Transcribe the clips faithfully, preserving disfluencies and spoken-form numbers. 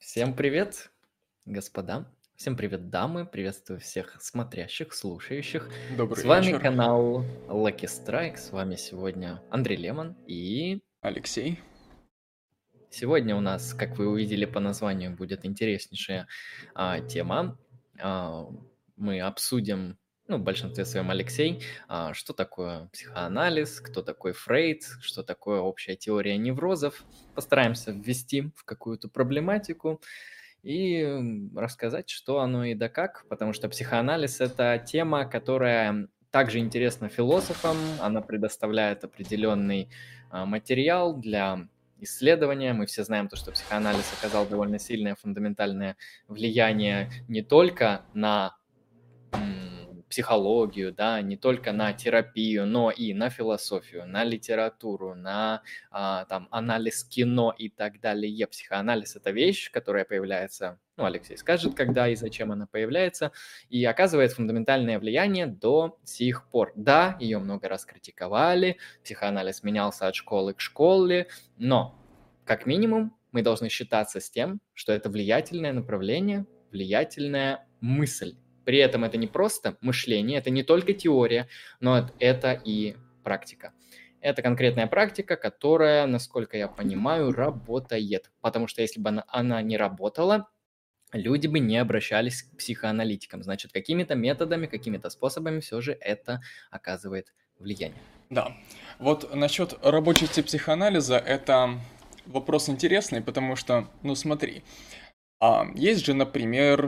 Всем привет, господа. Всем привет, дамы. Приветствую всех смотрящих, слушающих. С Добрый вами вечер, канал Lucky Strike. С вами сегодня Андрей Лемон. И Алексей. сегодня у нас, как вы увидели по названию, будет интереснейшая а, тема. А, мы обсудим, ну, в большинстве своем Алексей, а, что такое психоанализ, кто такой Фрейд, что такое общая теория неврозов. Постараемся ввести в какую-то проблематику и м, рассказать, что оно и да как, потому что психоанализ– это тема, которая также интересна философам, она предоставляет определенный а, материал для исследования. Мы все знаем то, что психоанализ оказал довольно сильное фундаментальное влияние не только на м, психологию, да, не только на терапию, но и на философию, на литературу, на а, там анализ кино и так далее. Психоанализ– это вещь, которая появляется, ну, Алексей скажет, когда и зачем она появляется, и оказывает фундаментальное влияние до сих пор. Да, ее много раз критиковали, психоанализ менялся от школы к школе, но, как минимум, мы должны считаться с тем, что это влиятельное направление, влиятельная мысль. При этом это не просто мышление, это не только теория, но это и практика. Это конкретная практика, которая, насколько я понимаю, работает. Потому что если бы она, она не работала, люди бы не обращались к психоаналитикам. Значит, какими-то методами, какими-то способами все же это оказывает влияние. Да, вот насчет рабочести психоанализа, это вопрос интересный, потому что, ну смотри, а, есть же, например,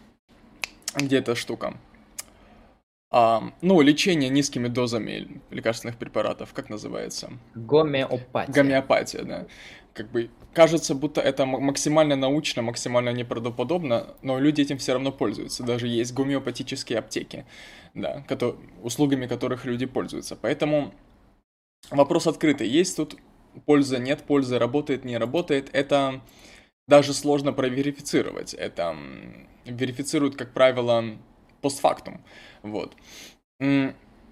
где эта штука? А, ну, лечение низкими дозами лекарственных препаратов, как называется? Гомеопатия. Гомеопатия, да. Как бы кажется, будто это м- максимально научно, максимально неправдоподобно, но люди этим все равно пользуются. Даже есть гомеопатические аптеки, да, кото- услугами которых люди пользуются. Поэтому вопрос открытый. Есть тут польза, нет пользы, работает, не работает. Это даже сложно проверифицировать. Это м, верифицируют, как правило, постфактум. Вот. М,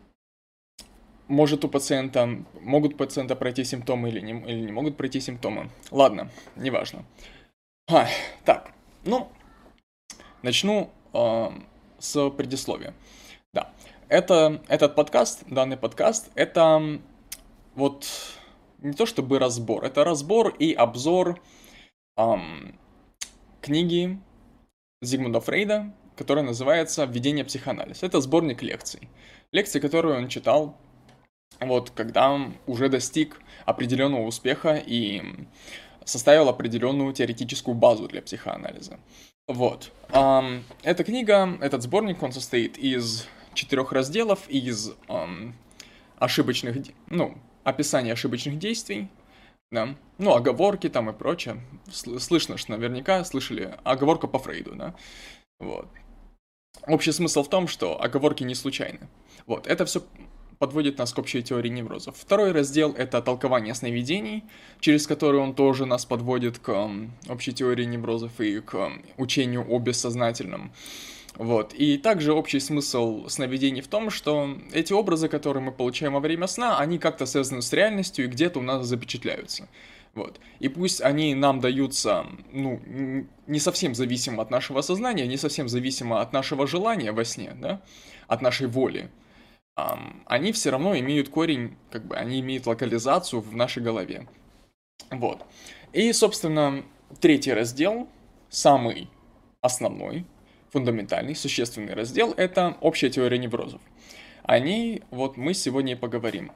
Может у пациента, могут у пациента пройти симптомы или не, или не могут пройти симптомы. Ладно, неважно. А, так, ну, начну э, с предисловия. Да, это, этот подкаст, данный подкаст, это вот не то чтобы разбор, это разбор и обзор эм, книги Зигмунда Фрейда, которая называется «Введение в психоанализ». Это сборник лекций. Лекции, которые он читал, вот, когда уже достиг определенного успеха и составил определенную теоретическую базу для психоанализа. Вот. Ам, Эта книга, этот сборник, он состоит из четырех разделов, из ам, ошибочных, де- ну, описания ошибочных действий, да, ну, оговорки там и прочее. Сл- Слышно, что наверняка слышали оговорка по Фрейду, да, вот. Общий смысл в том, что оговорки не случайны. Вот, это все подводит нас к общей теории неврозов. Второй раздел – это толкование сновидений, через который он тоже нас подводит к м, общей теории неврозов и к м, учению о бессознательном. Вот. И также общий смысл сновидений в том, что эти образы, которые мы получаем во время сна, они как-то связаны с реальностью и где-то у нас запечатляются. Вот. И пусть они нам даются, ну, не совсем зависимо от нашего сознания, не совсем зависимо от нашего желания во сне, да, от нашей воли, ам, они все равно имеют корень, как бы, они имеют локализацию в нашей голове. Вот. И, собственно, третий раздел, самый основной, фундаментальный, существенный раздел, это общая теория неврозов. О ней вот мы сегодня и поговорим.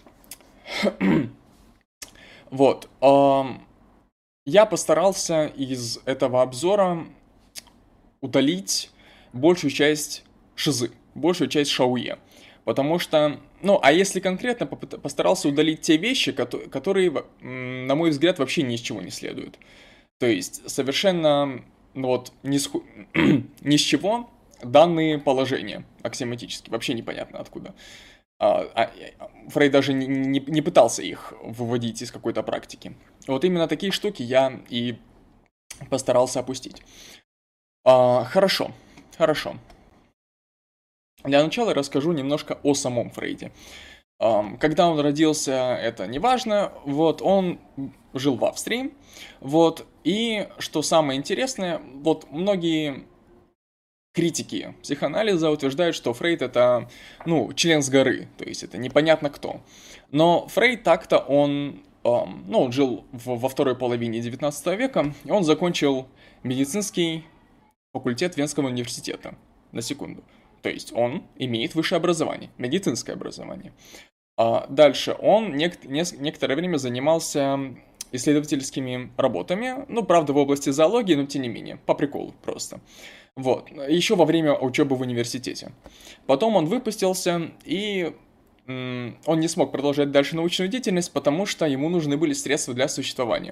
Вот. ам, Я постарался из этого обзора удалить большую часть шизы, большую часть шауе. Потому что, ну, а если конкретно, попыт- постарался удалить те вещи, кото- которые, м, на мой взгляд, вообще ни с чего не следуют. То есть, совершенно, ну вот, ни с, ху- ни с чего данные положения аксиоматически, вообще непонятно откуда. А, а, Фрейд даже не, не, не пытался их выводить из какой-то практики. Вот именно такие штуки я и постарался опустить. А, хорошо, хорошо. Для начала расскажу немножко о самом Фрейде. Когда он родился, это не важно, вот, он жил в Австрии, вот, и что самое интересное, вот, многие критики психоанализа утверждают, что Фрейд это, ну, член с горы, то есть это непонятно кто. Но Фрейд так-то он, эм, ну, он жил в, во второй половине девятнадцатого века, и он закончил медицинский факультет Венского университета, на секунду. То есть он имеет высшее образование, медицинское образование. А дальше он нек- нес- некоторое время занимался исследовательскими работами, ну, правда, в области зоологии, но тем не менее, по приколу просто. Вот, еще во время учебы в университете. Потом он выпустился, и м, он не смог продолжать дальше научную деятельность, потому что ему нужны были средства для существования.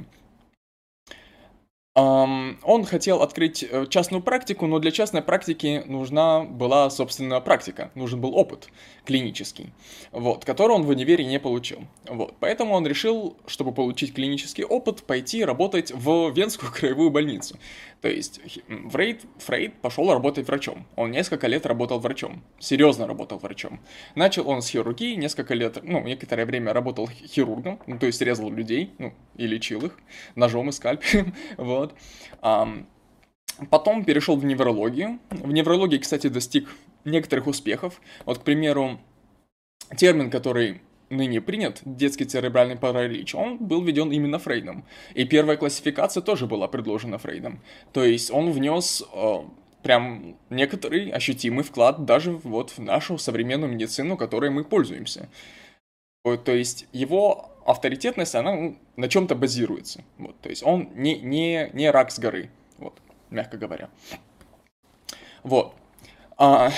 Ам, Он хотел открыть э, частную практику, но для частной практики нужна была, собственно, практика, нужен был опыт клинический, вот, который он в универе не получил. Вот, поэтому он решил, чтобы получить клинический опыт, пойти работать в Венскую краевую больницу. То есть хи- м, Фрейд, Фрейд пошел работать врачом. Он несколько лет работал врачом, серьезно работал врачом. Начал он с хирургии, несколько лет, ну, некоторое время работал хи- хирургом, ну, то есть резал людей, ну, и лечил их ножом и скальпелем, вот. Ам, Потом перешел в неврологию. В неврологии, кстати, достиг некоторых успехов. Вот, к примеру, термин, который ныне принят, детский церебральный паралич, он был введен именно Фрейдом. И первая классификация тоже была предложена Фрейдом. То есть он внес э, прям некоторый ощутимый вклад даже вот в нашу современную медицину, которой мы пользуемся. Вот, то есть его авторитетность, она ну, на чем-то базируется. Вот, то есть он не, не, не рак с горы, вот, мягко говоря. Вот. А,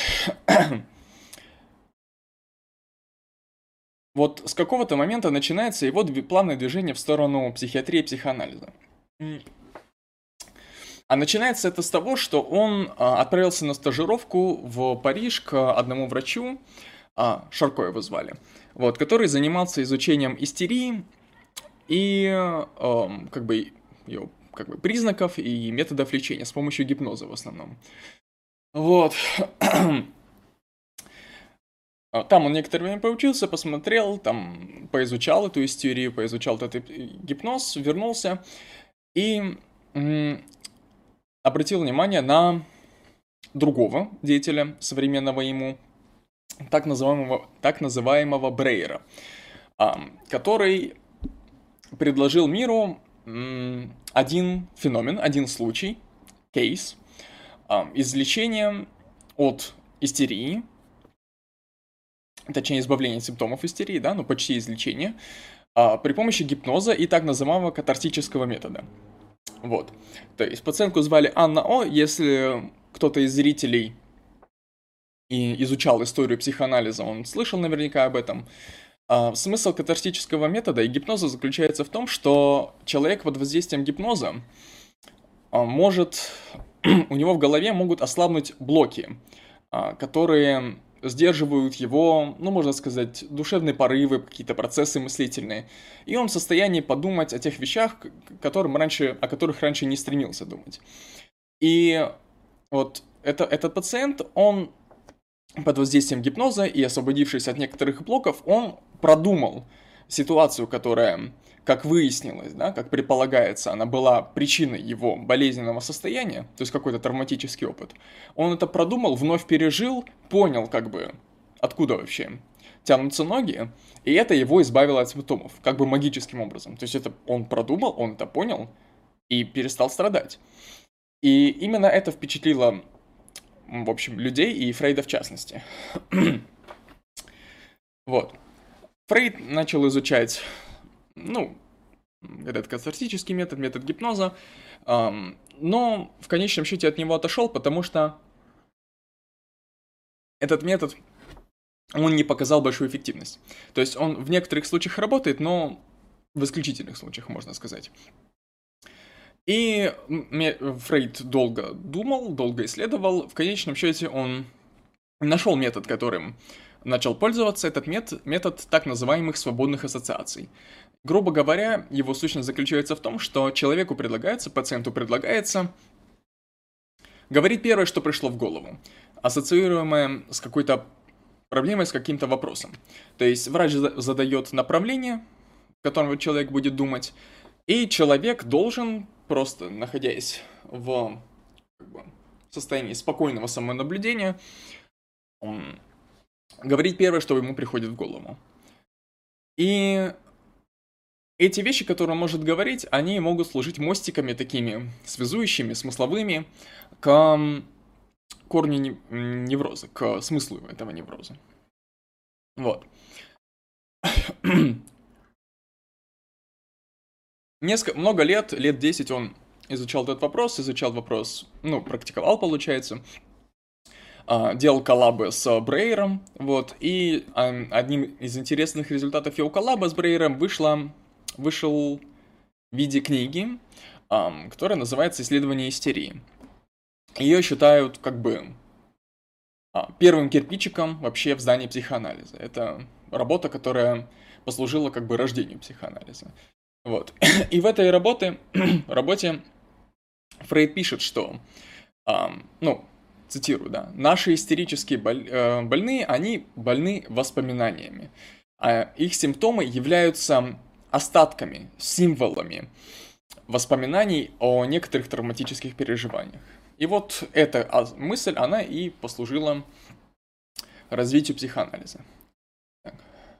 вот с какого-то момента начинается его дви- плавное движение в сторону психиатрии и психоанализа. М. А начинается это с того, что он а, отправился на стажировку в Париж к одному врачу, а, Шарко его звали, вот, который занимался изучением истерии и эм, как бы ее как бы признаков и методов лечения с помощью гипноза в основном. Вот. А, Там он некоторое время поучился, посмотрел, там поизучал эту истерию, поизучал этот гипноз, вернулся и м, обратил внимание на другого деятеля, современного ему, так называемого, так называемого Брейера, а, который предложил миру м, один феномен, один случай, кейс, а, излечения от истерии, точнее избавления от симптомов истерии, да, ну почти излечение, а, при помощи гипноза и так называемого катартического метода. Вот. То есть пациентку звали Анна О, если кто-то из зрителей и изучал историю психоанализа, он слышал наверняка об этом. А, Смысл катартического метода и гипноза заключается в том, что человек под воздействием гипноза а, может, у него в голове могут ослабнуть блоки, а, которые сдерживают его, ну, можно сказать, душевные порывы, какие-то процессы мыслительные. И он в состоянии подумать о тех вещах, к- которым раньше, о которых раньше не стремился думать. И вот это, этот пациент, он под воздействием гипноза и освободившись от некоторых блоков, он продумал ситуацию, которая, как выяснилось, да, как предполагается, она была причиной его болезненного состояния, то есть какой-то травматический опыт. Он это продумал, вновь пережил, понял как бы, откуда вообще тянутся ноги, и это его избавило от симптомов, как бы магическим образом. То есть это он продумал, он это понял и перестал страдать. И именно это впечатлило, в общем, людей и Фрейда в частности. Вот. Фрейд начал изучать, ну, этот катартический метод, метод гипноза, ам, но в конечном счете от него отошел, потому что этот метод, он не показал большую эффективность. То есть он в некоторых случаях работает, но в исключительных случаях, можно сказать. И м, Фрейд долго думал, долго исследовал, в конечном счете он нашел метод, которым начал пользоваться, этот метод, метод так называемых свободных ассоциаций. Грубо говоря, его сущность заключается в том, что человеку предлагается, пациенту предлагается говорить первое, что пришло в голову, ассоциируемое с какой-то проблемой, с каким-то вопросом. То есть врач задает направление, в котором человек будет думать, и человек должен, просто находясь в, как бы, состоянии спокойного самонаблюдения, говорить первое, что ему приходит в голову. И эти вещи, которые он может говорить, они могут служить мостиками такими связующими, смысловыми к корню невроза, к смыслу этого невроза. Вот. Несколько, много лет, лет десять он изучал этот вопрос, изучал вопрос, ну, практиковал, получается, делал коллабы с Брейером, вот, и одним из интересных результатов его коллаба с Брейером вышло, вышел в виде книги, которая называется «Исследование истерии». Ее считают, как бы, первым кирпичиком вообще в здании психоанализа. Это работа, которая послужила, как бы, рождению психоанализа. Вот. И в этой работе, работе Фрейд пишет, что, ну, цитирую, да, наши истерические боль, э, больные, они больны воспоминаниями. А их симптомы являются остатками, символами воспоминаний о некоторых травматических переживаниях. И вот эта мысль, она и послужила развитию психоанализа. Так.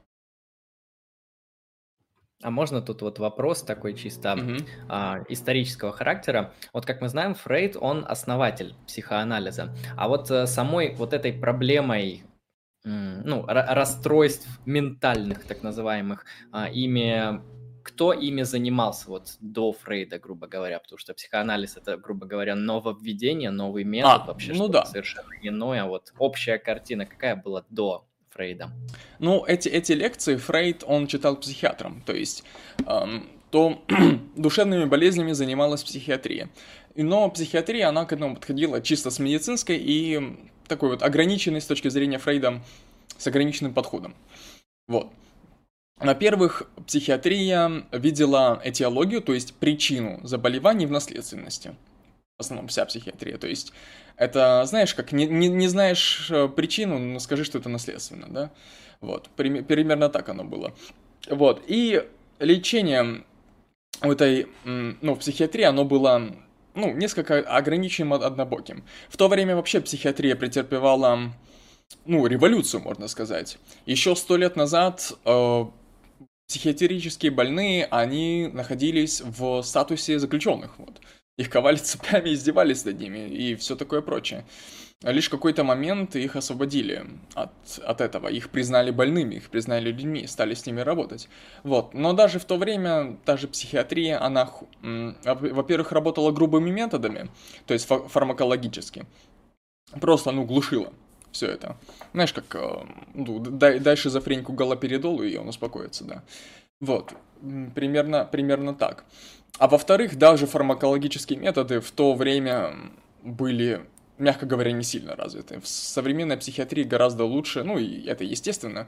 А можно тут вот вопрос такой чисто Мгм. а, исторического характера? Вот как мы знаем, Фрейд, он основатель психоанализа. А вот э, самой вот этой проблемой, м, ну, ра- расстройств ментальных, так называемых, а, ими, кто ими занимался вот до Фрейда, грубо говоря? Потому что психоанализ — это, грубо говоря, нововведение, новый метод, А, вообще ну что-то да. совершенно иное. Вот общая картина какая была до Фрейда? Ну, эти, эти лекции Фрейд, он читал психиатром, то есть эм, то душевными болезнями занималась психиатрия. Но психиатрия, она к этому подходила чисто с медицинской и такой вот ограниченной с точки зрения Фрейда, с ограниченным подходом. Вот. Во-первых, психиатрия видела этиологию, то есть причину заболеваний в наследственности. В основном вся психиатрия, то есть это, знаешь, как не, не, не знаешь причину, но скажи, что это наследственно, да? Вот, Прим, примерно так оно было. Вот, и лечение в этой, ну, в психиатрии, оно было, ну, несколько ограниченным, однобоким. В то время вообще психиатрия претерпевала, ну, революцию, можно сказать. Еще сто лет назад э, психиатрические больные, они находились в статусе заключенных, вот. Их ковали цепями, издевались над ними и все такое прочее. Лишь в какой-то момент их освободили от, от этого. Их признали больными, их признали людьми, стали с ними работать. Вот. Но даже в то время, даже психиатрия, она, во-первых, работала грубыми методами, то есть фармакологически. Просто, ну, глушила все это. Знаешь, как, ну, дай, дай шизофренику галоперидолу, и он успокоится, да. Вот. Примерно, примерно так. А во-вторых, даже фармакологические методы в то время были, мягко говоря, не сильно развиты. В современной психиатрии гораздо лучше, ну и это естественно,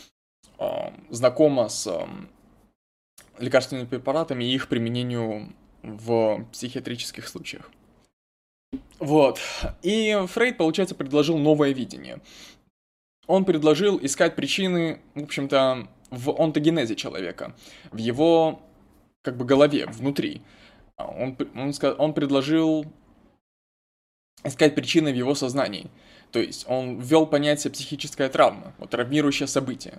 знакомо с лекарственными препаратами и их применению в психиатрических случаях. Вот. И Фрейд, получается, предложил новое видение. Он предложил искать причины, в общем-то, в онтогенезе человека, в его, как бы, голове, внутри. Он, он, он предложил искать причины в его сознании. То есть он ввел понятие психическая травма, вот, травмирующее событие.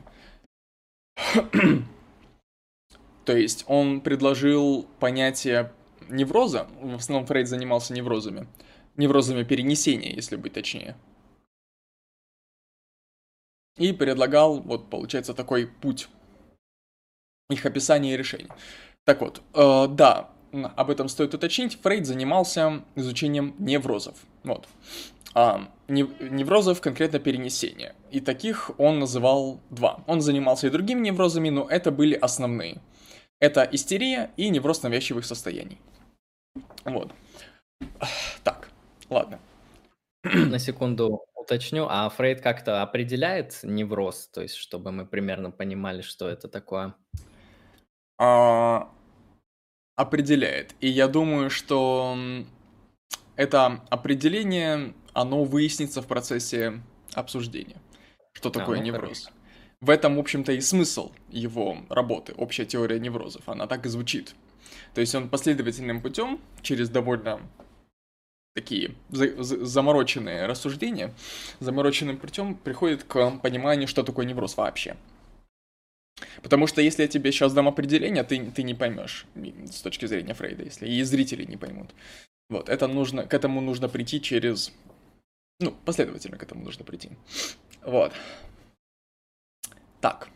То есть он предложил понятие невроза, в основном Фрейд занимался неврозами, неврозами перенесения, если быть точнее. И предлагал, вот, получается, такой путь их описания и решений. Так вот, э, да, об этом стоит уточнить. Фрейд занимался изучением неврозов. Вот. А, неврозов, конкретно перенесения. И таких он называл два. Он занимался и другими неврозами, но это были основные. Это истерия и невроз навязчивых состояний. Вот. Так, ладно. На секунду уточню, а Фрейд как-то определяет невроз, то есть чтобы мы примерно понимали, что это такое? А, определяет. И я думаю, что это определение, оно выяснится в процессе обсуждения. что А, такое ну невроз. хорошо. В этом, в общем-то, и смысл его работы, общая теория неврозов, она так и звучит. То есть он последовательным путем, через довольно такие за- за- замороченные рассуждения, замороченным путем приходит к пониманию, что такое невроз вообще. Потому что если я тебе сейчас дам определение, ты, ты не поймешь с точки зрения Фрейда, если и зрители не поймут. Вот, это нужно, к этому нужно прийти через... Ну, последовательно к этому нужно прийти. Вот. Так.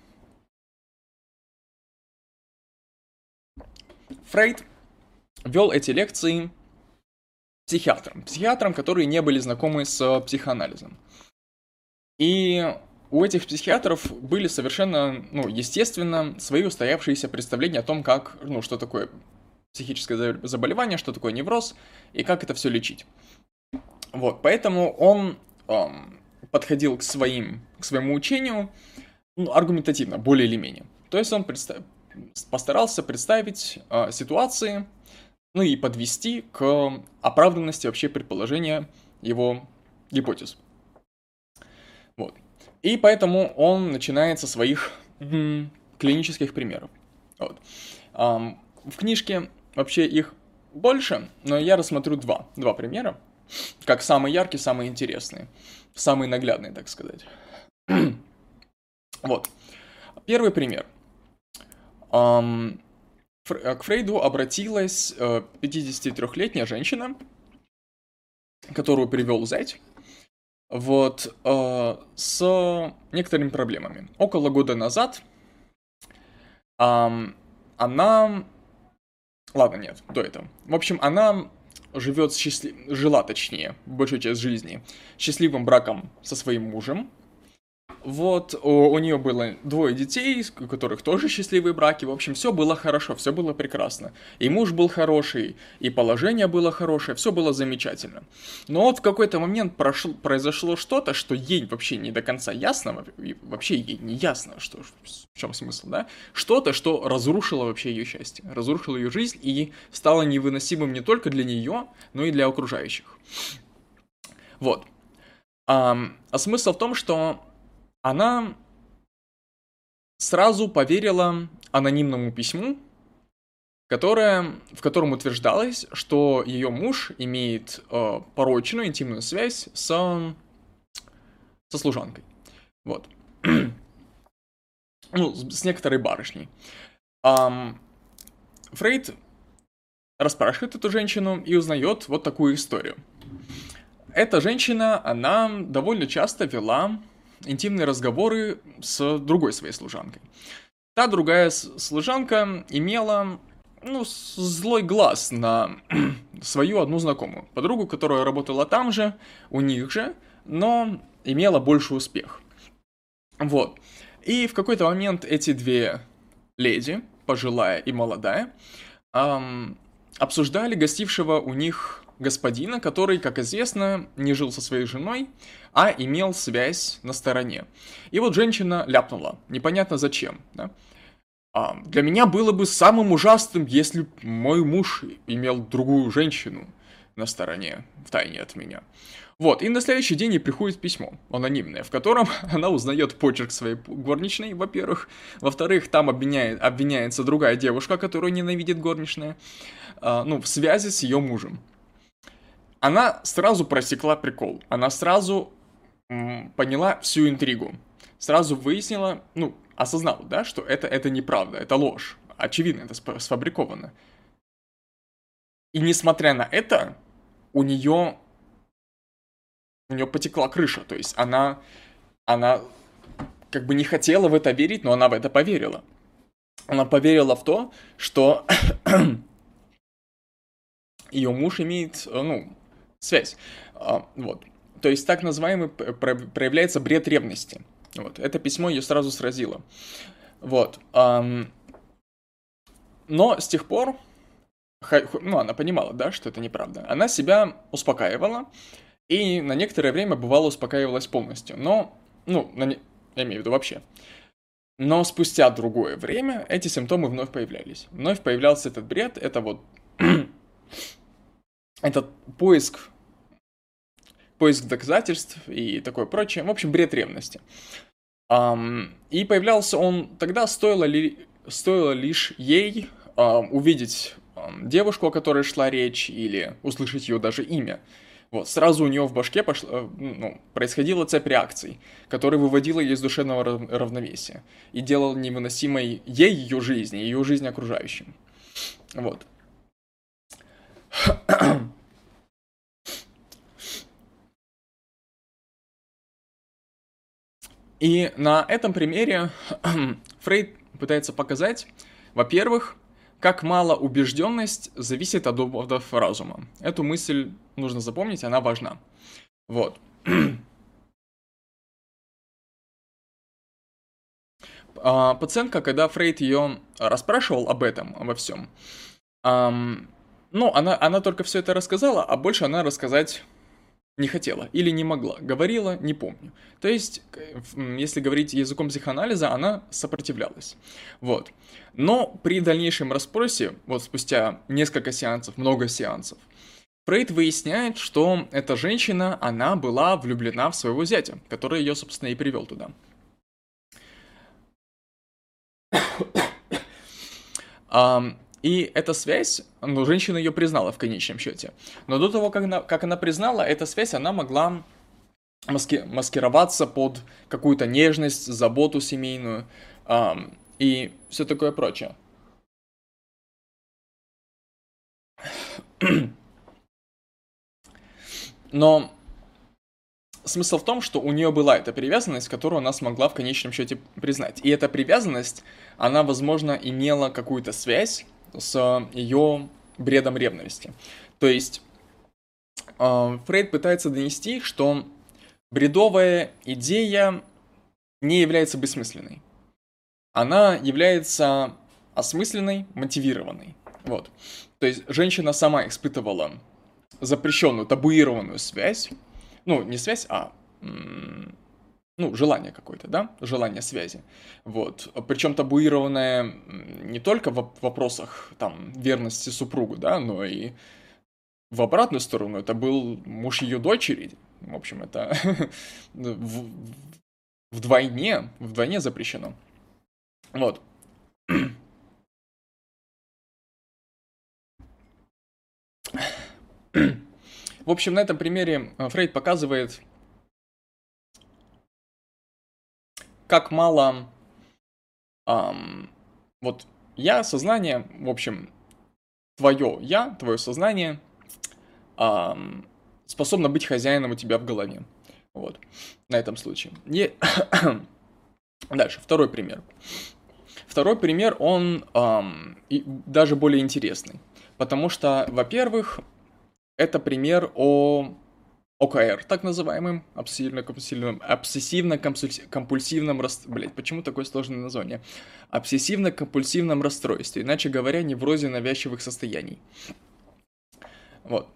Фрейд вел эти лекции психиатрам. Психиатрам, которые не были знакомы с психоанализом. И у этих психиатров были совершенно, ну, естественно, свои устоявшиеся представления о том, как, ну, что такое психическое заболевание, что такое невроз и как это все лечить. Вот, поэтому он эм, подходил к, своим, к своему учению, ну, аргументативно, более или менее. То есть он представ... постарался представить э, ситуации, ну и подвести к оправданности вообще предположения его гипотез. Вот. И поэтому он начинает со своих м, клинических примеров. Вот. Ам, в книжке вообще их больше, но я рассмотрю два, два примера, как самые яркие, самые интересные, самые наглядные, так сказать. Вот. Первый пример. Ам, Фр- к Фрейду обратилась э, пятидесятитрёхлетняя женщина, которую привел зять, вот, э, с некоторыми проблемами. Около года назад ам, она... Ладно, нет, до этого. В общем, она живет счастлив... жила, точнее, большую часть жизни, счастливым браком со своим мужем. Вот, у, у нее было двое детей, у которых тоже счастливые браки. В общем, все было хорошо, все было прекрасно. И муж был хороший, и положение было хорошее, все было замечательно. Но вот в какой-то момент прошло, произошло что-то, что ей вообще не до конца ясно, и вообще ей не ясно, что, в чем смысл, да? Что-то, что разрушило вообще ее счастье, разрушило ее жизнь и стало невыносимым не только для нее, но и для окружающих. Вот. А, а смысл в том, что она сразу поверила анонимному письму, которое, в котором утверждалось, что ее муж имеет э, порочную интимную связь с, со служанкой. Вот. Ну, с, с некоторой барышней. Ам, Фрейд расспрашивает эту женщину и узнает вот такую историю. Эта женщина, она довольно часто вела интимные разговоры с другой своей служанкой. Та другая служанка имела, ну, злой глаз на свою одну знакомую, подругу, которая работала там же, у них же, но имела больший успех. Вот. И в какой-то момент эти две леди, пожилая и молодая, эм, обсуждали гостившего у них господина, который, как известно, не жил со своей женой, а имел связь на стороне. И вот женщина ляпнула, непонятно зачем, да? А, для меня было бы самым ужасным, если б мой муж имел другую женщину на стороне, втайне от меня. Вот, и на следующий день ей приходит письмо, анонимное, в котором она узнает почерк своей горничной, во-первых. Во-вторых, там обвиняет, обвиняется другая девушка, которую ненавидит горничная, а, ну, в связи с ее мужем. Она сразу просекла прикол, она сразу м, поняла всю интригу, сразу выяснила, ну, осознала, да, что это, это неправда, это ложь, очевидно, это сфабриковано. И несмотря на это, у нее, у нее потекла крыша, то есть она, она как бы не хотела в это верить, но она в это поверила. Она поверила в то, что ее муж имеет, ну, связь. Вот. То есть так называемый проявляется бред ревности. Вот. Это письмо ее сразу сразило. Вот. Но с тех пор, ну, она понимала, да, что это неправда. Она себя успокаивала и на некоторое время, бывало, успокаивалась полностью. Но, ну, на не... я имею в виду вообще. Но спустя другое время эти симптомы вновь появлялись. Вновь появлялся этот бред, это вот этот поиск, поиск доказательств и такое прочее. В общем, бред ревности. Ам, и появлялся он тогда, стоило, ли, стоило лишь ей ам, увидеть ам, девушку, о которой шла речь, или услышать ее даже имя. Вот, сразу у нее в башке пошло, ну, происходила цепь реакций, которая выводила ее из душевного рав- равновесия и делала невыносимой ей ее жизнь, и ее жизнь окружающим. Вот. И на этом примере Фрейд пытается показать, во-первых, как мало убежденность зависит от доводов разума. Эту мысль нужно запомнить, она важна. Вот. А, пациентка, когда Фрейд ее расспрашивал об этом, обо всем, ам, ну, она, она только все это рассказала, а больше она рассказать не хотела или не могла, говорила, не помню. То есть, если говорить языком психоанализа, она сопротивлялась. Вот. Но при дальнейшем расспросе, вот спустя несколько сеансов, много сеансов, Фрейд выясняет, что эта женщина, она была влюблена в своего зятя, который ее, собственно, и привел туда. И эта связь, ну, женщина ее признала в конечном счете. Но до того, как она, как она признала, эта связь, она могла маски, маскироваться под какую-то нежность, заботу семейную эм, и все такое прочее. Но смысл в том, что у нее была эта привязанность, которую она смогла в конечном счете признать. И эта привязанность, она, возможно, имела какую-то связь с ее бредом ревности. То есть э, Фрейд пытается донести, что бредовая идея не является бессмысленной. Она является осмысленной, мотивированной. Вот. То есть женщина сама испытывала запрещенную, табуированную связь. Ну, не связь, а ну, желание какое-то, да, желание связи, вот, причем табуированное не только в вопросах, там, верности супругу, да, но и в обратную сторону, это был муж ее дочери, в общем, это вдвойне, вдвойне запрещено, вот. В общем, на этом примере Фрейд показывает, как мало эм, вот я, сознание, в общем, твое я, твое сознание эм, способно быть хозяином у тебя в голове. Вот, на этом случае. И... Дальше, второй пример. Второй пример, он эм, и даже более интересный. Потому что, во-первых, это пример о о ка эр, так называемым, обсессивно-компульсивном, обсессивно-компульсивном расстройстве. Блять, почему такое сложное название? Обсессивно-компульсивном расстройстве, иначе говоря, неврозе навязчивых состояний. Вот.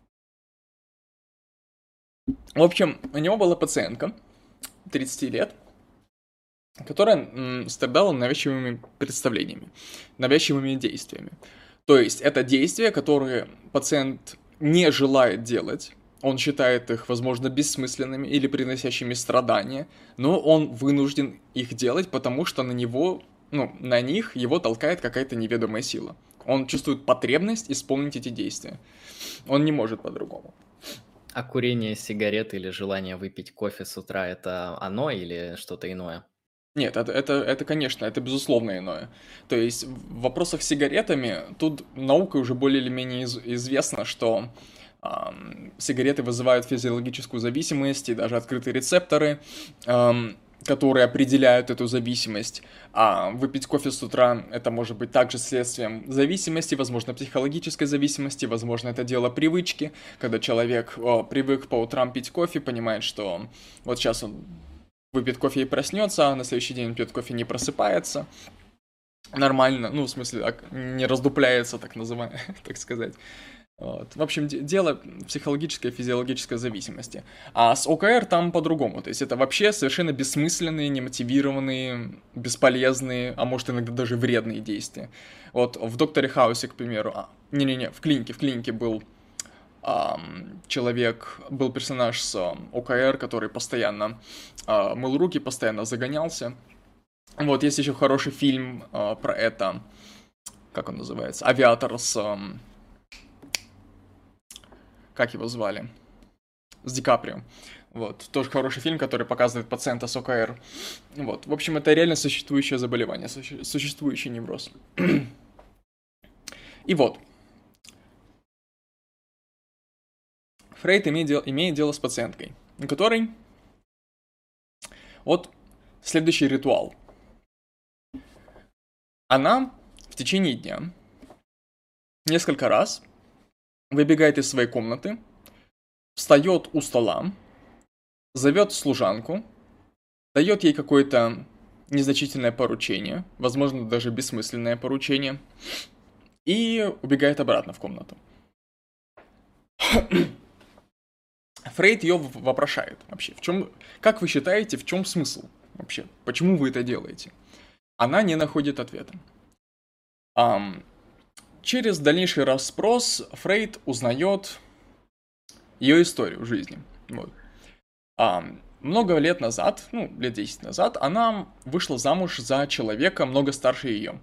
В общем, у него была пациентка, тридцать лет, которая м, страдала навязчивыми представлениями, навязчивыми действиями. То есть, это действия, которые пациент не желает делать, он считает их, возможно, бессмысленными или приносящими страдания, но он вынужден их делать, потому что на него, ну, на них его толкает какая-то неведомая сила. Он чувствует потребность исполнить эти действия. Он не может по-другому. А курение сигарет или желание выпить кофе с утра – это оно или что-то иное? Нет, это, это, это, конечно, это безусловно иное. То есть в вопросах с сигаретами тут наукой уже более или менее из, известно, что эм, сигареты вызывают физиологическую зависимость и даже открытые рецепторы, эм, которые определяют эту зависимость. А выпить кофе с утра это может быть также следствием зависимости, возможно, психологической зависимости, возможно, это дело привычки, когда человек о, привык по утрам пить кофе, понимает, что вот сейчас он выпьет кофе и проснется, а на следующий день пьет кофе и не просыпается. Нормально, ну, в смысле, не раздупляется, так называемое, так сказать. Вот. В общем, дело психологической и физиологической зависимости. А с о ка эр там по-другому. То есть это вообще совершенно бессмысленные, немотивированные, бесполезные, а может иногда даже вредные действия. Вот в «Докторе Хаусе», к примеру, а, не-не-не, в клинике, в клинике был ам, человек, был персонаж с о ка эр, который постоянно а, мыл руки, постоянно загонялся. Вот, есть еще хороший фильм а, про это, как он называется, «Авиатор» с... ам, как его звали? С Ди Каприо. Вот, тоже хороший фильм, который показывает пациента с о ка эр. Вот, в общем, это реально существующее заболевание, суще- существующий невроз. И вот. Фрейд имеет, дел- имеет дело с пациенткой, у которой вот следующий ритуал. Она в течение дня несколько раз выбегает из своей комнаты, встает у стола, зовет служанку, дает ей какое-то незначительное поручение, возможно, даже бессмысленное поручение, и убегает обратно в комнату. Фрейд ее вопрошает вообще, в чем, как вы считаете, в чем смысл вообще, почему вы это делаете? Она не находит ответа. Um, через дальнейший расспрос Фрейд узнает ее историю жизни. Вот. Um, много лет назад, ну, лет десять назад, она вышла замуж за человека много старше ее.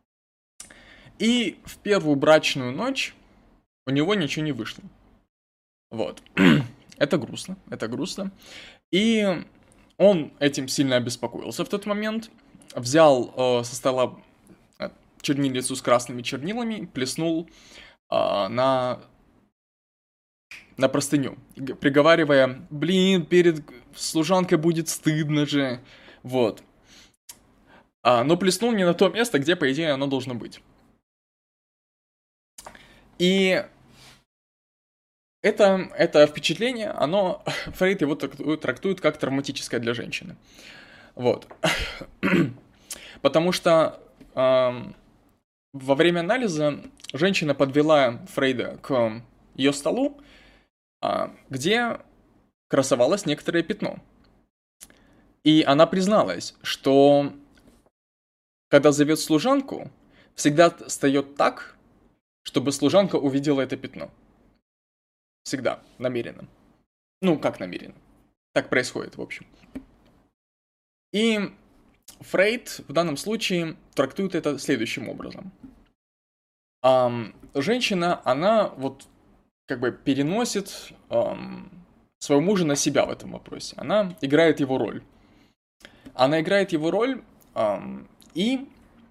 И в первую брачную ночь у него ничего не вышло. Вот. Это грустно, это грустно. И он этим сильно обеспокоился в тот момент. Взял э, со стола чернильницу с красными чернилами, плеснул э, на, на простыню, приговаривая: блин, перед служанкой будет стыдно же. Вот. А, но плеснул не на то место, где, по идее, оно должно быть. И это, это впечатление, оно, Фрейд его трактует, трактует как травматическое для женщины. Вот. Потому что э, во время анализа женщина подвела Фрейда к ее столу, э, где красовалось некоторое пятно. И она призналась, что когда зовет служанку, всегда встает так, чтобы служанка увидела это пятно. Всегда, намеренно. Ну, как намеренно. Так происходит, в общем. И Фрейд в данном случае трактует это следующим образом. Ам, женщина, она вот как бы переносит ам, своего мужа на себя в этом вопросе. Она играет его роль. Она играет его роль ам, и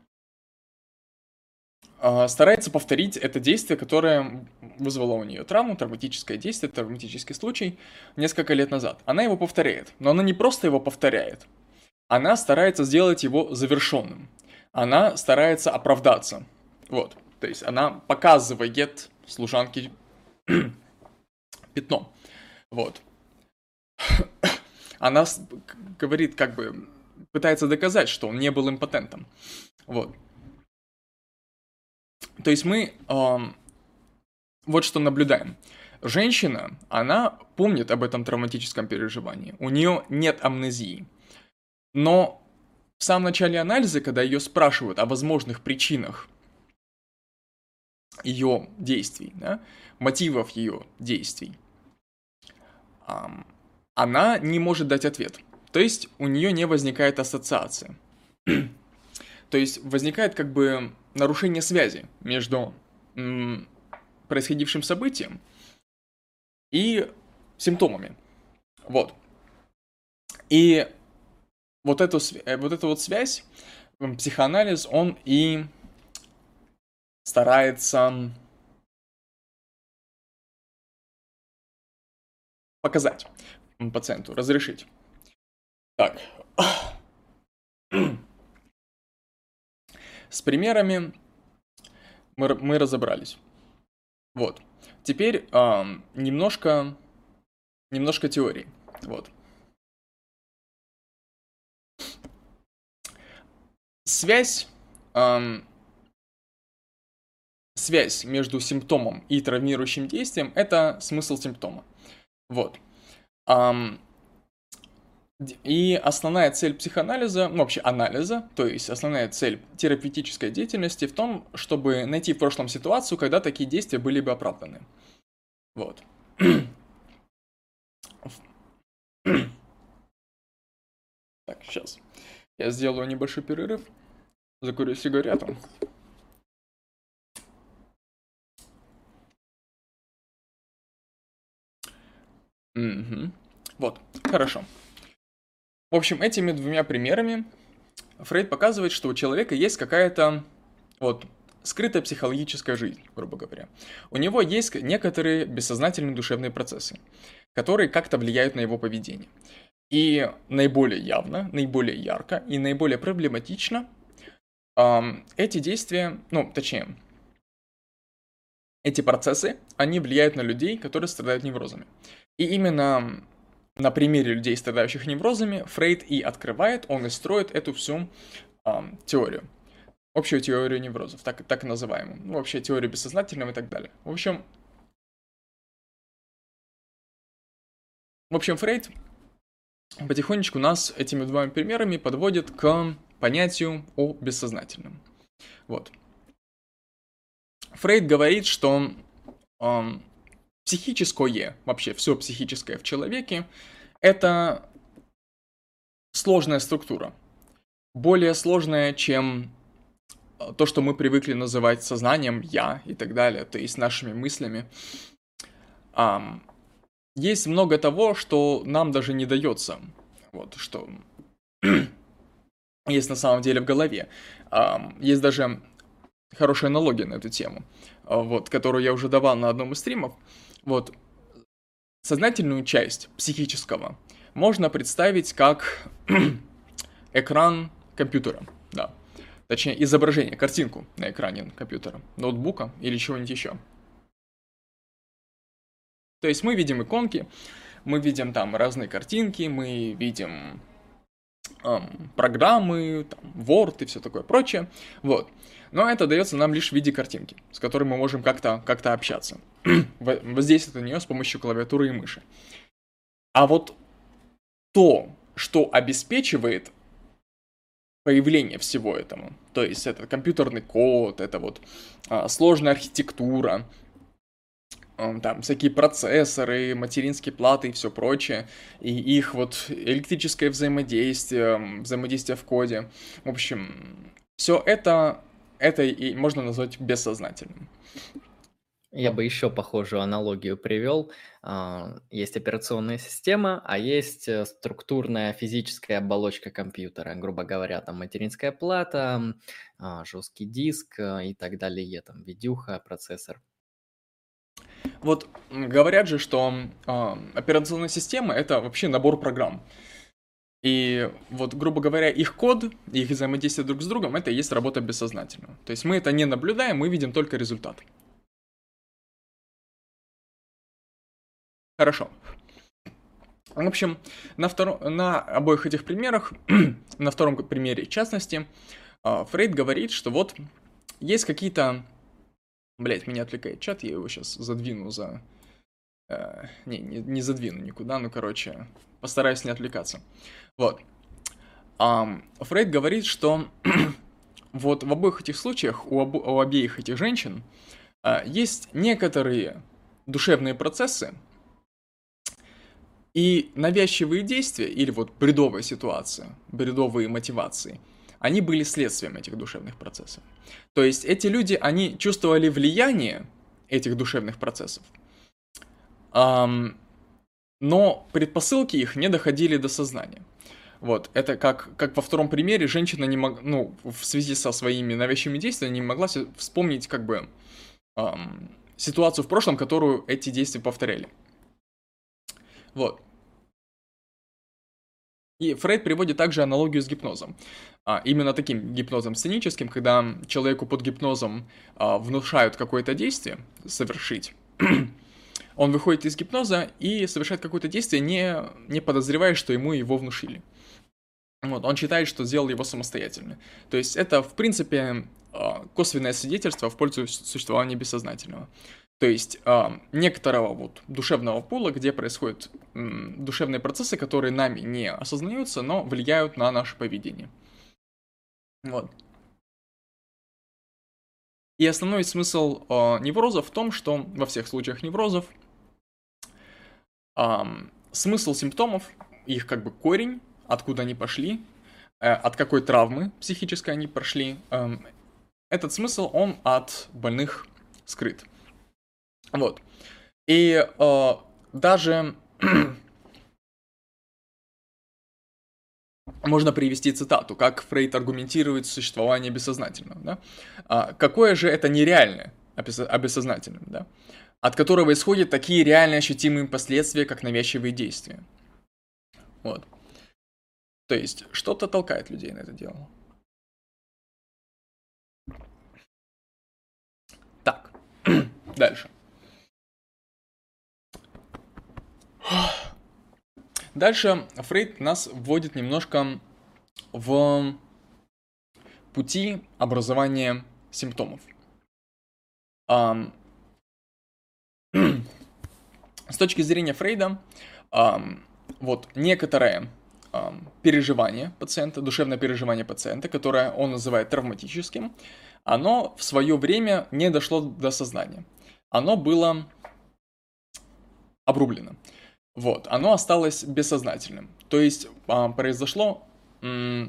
а, старается повторить это действие, которое вызвало у нее травму, травматическое действие, травматический случай несколько лет назад. Она его повторяет, но она не просто его повторяет. Она старается сделать его завершенным. Она старается оправдаться. Вот. То есть она показывает служанке пятно. Вот. Она говорит, как бы, пытается доказать, что он не был импотентом. Вот. То есть мы э, вот что наблюдаем. Женщина, она помнит об этом травматическом переживании. У нее нет амнезии. Но в самом начале анализа, когда ее спрашивают о возможных причинах ее действий, да, мотивов ее действий, она не может дать ответ. То есть у нее не возникает ассоциация. То есть возникает как бы нарушение связи между м, происходившим событием и симптомами. Вот. И вот эту, вот эту вот связь психоанализ, он и старается показать пациенту, разрешить. Так. С примерами мы, мы разобрались. Вот. Теперь э, немножко, немножко теории. Вот. Связь, э, связь между симптомом и травмирующим действием – это смысл симптома. Вот. Э, И основная цель психоанализа, ну вообще анализа, то есть основная цель терапевтической деятельности в том, чтобы найти в прошлом ситуацию, когда такие действия были бы оправданы. Вот. Так, сейчас. Я сделаю небольшой перерыв. Закурю сигарету. Угу. Вот, хорошо. В общем, этими двумя примерами Фрейд показывает, что у человека есть какая-то вот скрытая психологическая жизнь, грубо говоря. У него есть некоторые бессознательные душевные процессы, которые как-то влияют на его поведение. И наиболее явно, наиболее ярко и наиболее проблематично эм, эти действия, ну, точнее, эти процессы, они влияют на людей, которые страдают неврозами. И именно на примере людей, страдающих неврозами, Фрейд и открывает, он и строит эту всю эм, теорию. Общую теорию неврозов, так, так и называемую. Ну, вообще теорию бессознательного и так далее. В общем, в общем, Фрейд потихонечку нас этими двумя примерами подводит к понятию о бессознательном. Вот. Фрейд говорит, что эм, психическое, вообще все психическое в человеке, это сложная структура. Более сложная, чем то, что мы привыкли называть сознанием, я и так далее, то есть нашими мыслями. Эм, есть много того, что нам даже не дается. Вот, что есть на самом деле в голове. Эм, есть даже хорошая аналогия на эту тему, вот, которую я уже давал на одном из стримов. Вот, сознательную часть психического можно представить как экран компьютера, да. Точнее, изображение, картинку на экране компьютера, ноутбука или чего-нибудь еще. То есть мы видим иконки, мы видим там разные картинки, мы видим эм, программы, там, Word и все такое прочее, вот. Но это дается нам лишь в виде картинки, с которой мы можем как-то как-то общаться. Воздействовать на нее с помощью клавиатуры и мыши. А вот то, что обеспечивает появление всего этому, то есть это компьютерный код, это вот а, сложная архитектура, а, там всякие процессоры, материнские платы и все прочее, и их вот электрическое взаимодействие, взаимодействие в коде, в общем, все это, это и можно назвать бессознательным. Я бы еще похожую аналогию привел. А, Есть операционная система, а есть э, структурная физическая оболочка компьютера. Грубо говоря, там материнская плата, м, а, жесткий диск а, и так далее, там видюха, процессор. Вот м, говорят же, что а, операционная система это вообще набор программ. И вот, грубо говоря, их код, их взаимодействие друг с другом, это и есть работа бессознательного. То есть мы это не наблюдаем, мы видим только результат. Хорошо. В общем, на, второ... на обоих этих примерах, на втором примере в частности, а, Фрейд говорит, что вот есть какие-то... Блять, меня отвлекает чат, я его сейчас задвину за... Э, не, не, не задвину никуда, ну, короче, постараюсь не отвлекаться. Вот. Um, Фрейд говорит, что вот в обоих этих случаях, у, обо- у обеих этих женщин uh, есть некоторые душевные процессы и навязчивые действия, или вот бредовая ситуация, бредовые мотивации, они были следствием этих душевных процессов. То есть эти люди, они чувствовали влияние этих душевных процессов, um, но предпосылки их не доходили до сознания. Вот, это как, как во втором примере, женщина не могла, ну, в связи со своими навязчивыми действиями не могла вспомнить, как бы, эм, ситуацию в прошлом, которую эти действия повторяли. Вот. И Фрейд приводит также аналогию с гипнозом. А, именно таким гипнозом сценическим, когда человеку под гипнозом а, внушают какое-то действие совершить. Он выходит из гипноза и совершает какое-то действие, не, не подозревая, что ему его внушили. Вот, он считает, что сделал его самостоятельно. То есть это, в принципе, косвенное свидетельство в пользу существования бессознательного. То есть некоторого вот душевного пула, где происходят душевные процессы, которые нами не осознаются, но влияют на наше поведение. Вот. И основной смысл неврозов в том, что во всех случаях неврозов Ам, смысл симптомов, их как бы корень, откуда они пошли, э, от какой травмы психической они прошли, эм, этот смысл, он от больных скрыт. Вот. И э, даже можно привести цитату, как Фрейд аргументирует существование бессознательного. Да? А, какое же это нереальное о бессознательном, да? От которого исходят такие реально ощутимые последствия, как навязчивые действия. Вот. То есть, что-то толкает людей на это дело. Так, дальше. Дальше Фрейд нас вводит немножко в пути образования симптомов. Um, с точки зрения Фрейда, um, вот некоторое um, переживание пациента, душевное переживание пациента, которое он называет травматическим, оно в свое время не дошло до сознания. Оно было обрублено. Вот, оно осталось бессознательным. То есть а, произошло м-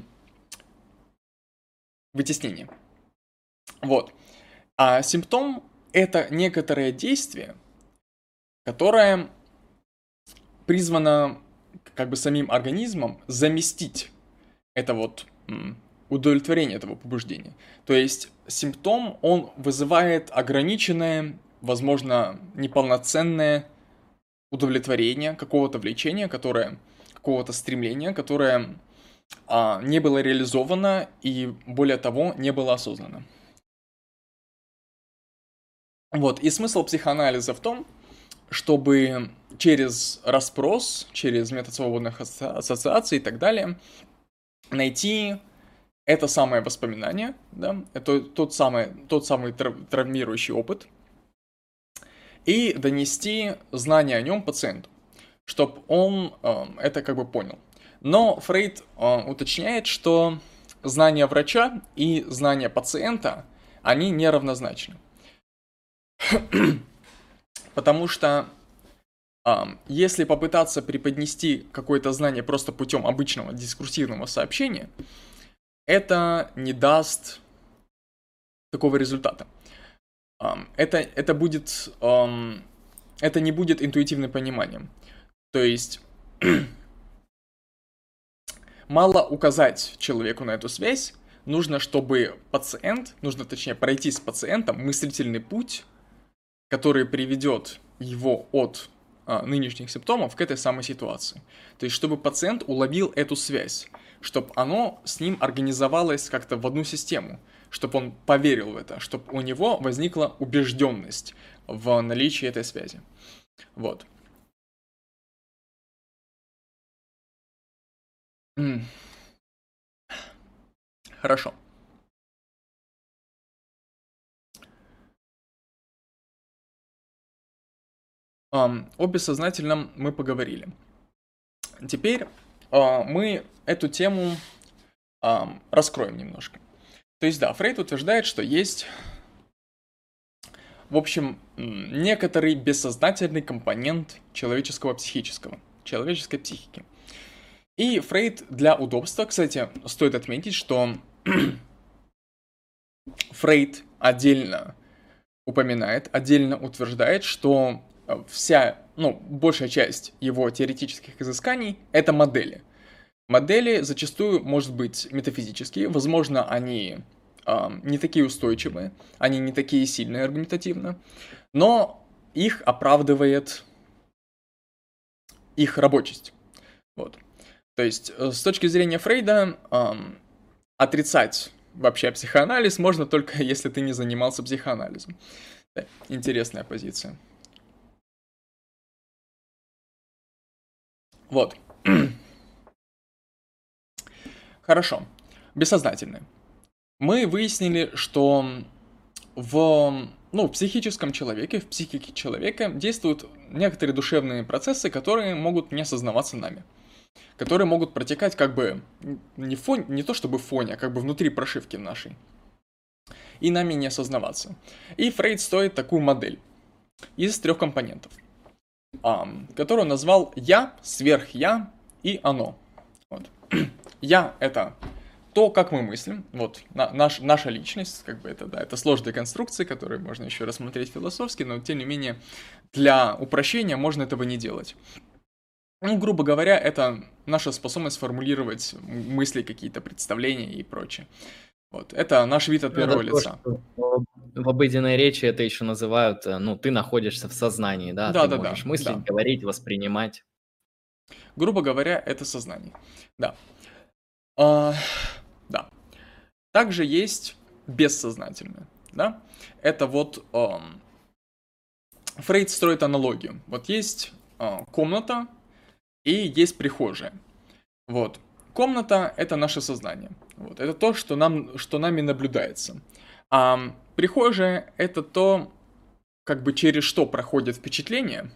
вытеснение. Вот. А симптом – это некоторое действие, которое призвано как бы самим организмом заместить это вот м- удовлетворение этого побуждения. То есть симптом, он вызывает ограниченное, возможно, неполноценное удовлетворение какого-то влечения, которое, какого-то стремления, которое а, не было реализовано и, более того, не было осознано. Вот, и смысл психоанализа в том, чтобы через расспрос, через метод свободных ассоциаций и так далее, найти это самое воспоминание, да, это тот самый, тот самый травмирующий опыт, и донести знания о нем пациенту, чтобы он э, это как бы понял. Но Фрейд э, уточняет, что знания врача и знания пациента, они неравнозначны. Потому что э, если попытаться преподнести какое-то знание просто путем обычного дискурсивного сообщения, это не даст такого результата. Это, это будет, это не будет интуитивным пониманием. То есть, мало указать человеку на эту связь, нужно, чтобы пациент, нужно точнее пройти с пациентом мыслительный путь, который приведет его от а, нынешних симптомов к этой самой ситуации. То есть, чтобы пациент уловил эту связь, чтобы оно с ним организовалось как-то в одну систему, чтобы он поверил в это, чтобы у него возникла убежденность в наличии этой связи. Вот. М. Хорошо. Um, о бессознательном мы поговорили. Теперь uh, мы эту тему um, раскроем немножко. То есть, да, Фрейд утверждает, что есть, в общем, некоторый бессознательный компонент человеческого психического, человеческой психики. И Фрейд для удобства, кстати, стоит отметить, что Фрейд отдельно упоминает, отдельно утверждает, что вся, ну, большая часть его теоретических изысканий — это модели. Модели зачастую, может быть, метафизические, возможно, они э, не такие устойчивые, они не такие сильные аргументативно, но их оправдывает их рабочесть. Вот. То есть, с точки зрения Фрейда, э, отрицать вообще психоанализ можно только если ты не занимался психоанализом. Да, интересная позиция. Вот. Хорошо. Бессознательное. Мы выяснили, что в, ну, в психическом человеке, в психике человека действуют некоторые душевные процессы, которые могут не осознаваться нами. Которые могут протекать как бы не, фон, не то чтобы в фоне, а как бы внутри прошивки нашей. И нами не осознаваться. И Фрейд строит такую модель из трех компонентов. которую он назвал «я», «сверх-я» и «оно». Вот. «Я» — это то, как мы мыслим, вот, на, наш, наша личность, как бы это, да, это сложные конструкции, которые можно еще рассмотреть философски, но, тем не менее, для упрощения можно этого не делать. Ну, грубо говоря, это наша способность формулировать мысли, какие-то представления и прочее. Вот, это наш вид от Ну, это первого то, лица. что в в обыденной речи это еще называют, э, ну, ты находишься в сознании, да, ты Да-да-да, можешь мыслить, да. говорить, воспринимать. Грубо говоря, это сознание. Да. А, да. Также есть бессознательное, да. Это вот ам, Фрейд строит аналогию. Вот есть а, комната и есть прихожая. Вот. Комната — это наше сознание. Вот. Это то, что, нам, что нами наблюдается. А прихожая — это то, как бы через что проходит впечатление,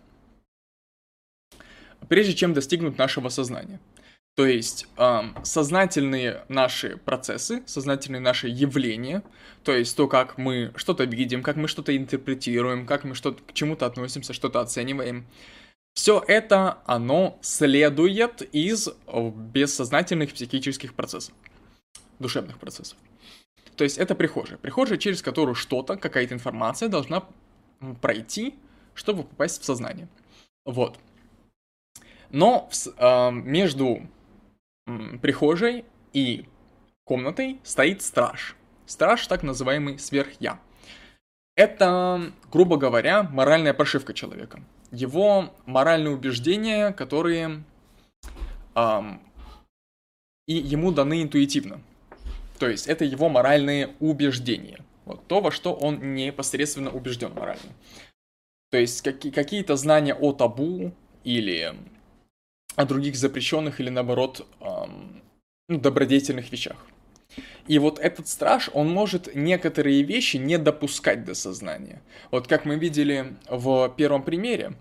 прежде чем достигнуть нашего сознания. То есть эм, сознательные наши процессы, сознательные наши явления, то есть то, как мы что-то видим, как мы что-то интерпретируем, как мы что-то, к чему-то относимся, что-то оцениваем, все это, оно следует из бессознательных психических процессов, душевных процессов. То есть это прихожая. Прихожая, через которую что-то, какая-то информация должна пройти, чтобы попасть в сознание. Вот. Но э, между э, прихожей и комнатой стоит страж. Страж, так называемый сверх-я. Это, грубо говоря, моральная прошивка человека. Его моральные убеждения, которые э, и ему даны интуитивно. То есть это его моральные убеждения. Вот то, во что он непосредственно убежден морально. То есть какие- какие-то знания о табу или о других запрещенных или, наоборот, эм, ну, добродетельных вещах. И вот этот страж, он может некоторые вещи не допускать до сознания. Вот как мы видели в первом примере,